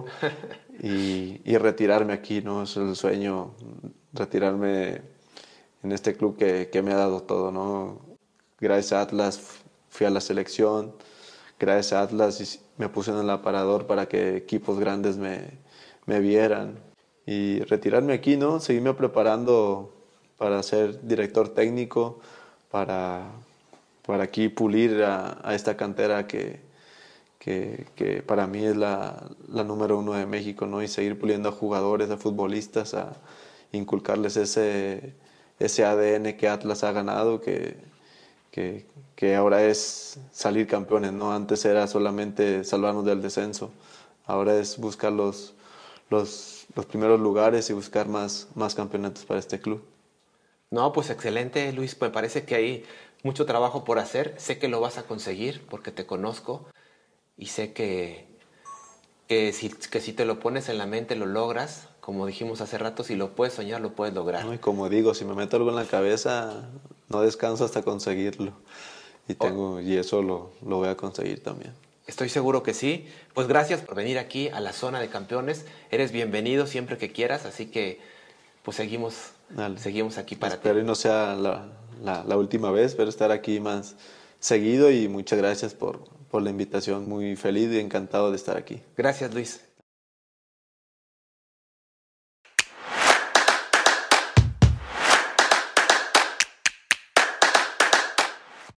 y, y retirarme aquí, ¿no? Es el sueño, retirarme en este club que, que me ha dado todo, ¿no? Gracias a Atlas fui a la selección, gracias a Atlas me puse en el aparador para que equipos grandes me, me vieran. Y retirarme aquí, ¿no? Seguirme preparando para ser director técnico, para, para aquí pulir a, a esta cantera que, que, que para mí es la, la número uno de México, ¿no? Y seguir puliendo a jugadores, a futbolistas, a inculcarles ese, ese A D N que Atlas ha ganado, que, que, que ahora es salir campeones, ¿no? Antes era solamente salvarnos del descenso, ahora es buscar los, los, los primeros lugares y buscar más, más campeonatos para este club. No, pues excelente, Luis, me parece que hay mucho trabajo por hacer, sé que lo vas a conseguir porque te conozco y sé que, que, si, que si te lo pones en la mente lo logras, como dijimos hace rato, si lo puedes soñar lo puedes lograr. No, y como digo, si me meto algo en la cabeza, no descanso hasta conseguirlo. Y, tengo, oh. y eso lo, lo voy a conseguir también. Estoy seguro que sí. Pues gracias por venir aquí a la Zona de Campeones. Eres bienvenido siempre que quieras, así que pues seguimos, Dale. seguimos aquí para Espero ti. y no sea la, la, la última vez, espero estar aquí más seguido y muchas gracias por, por la invitación. Muy feliz y encantado de estar aquí. Gracias, Luis.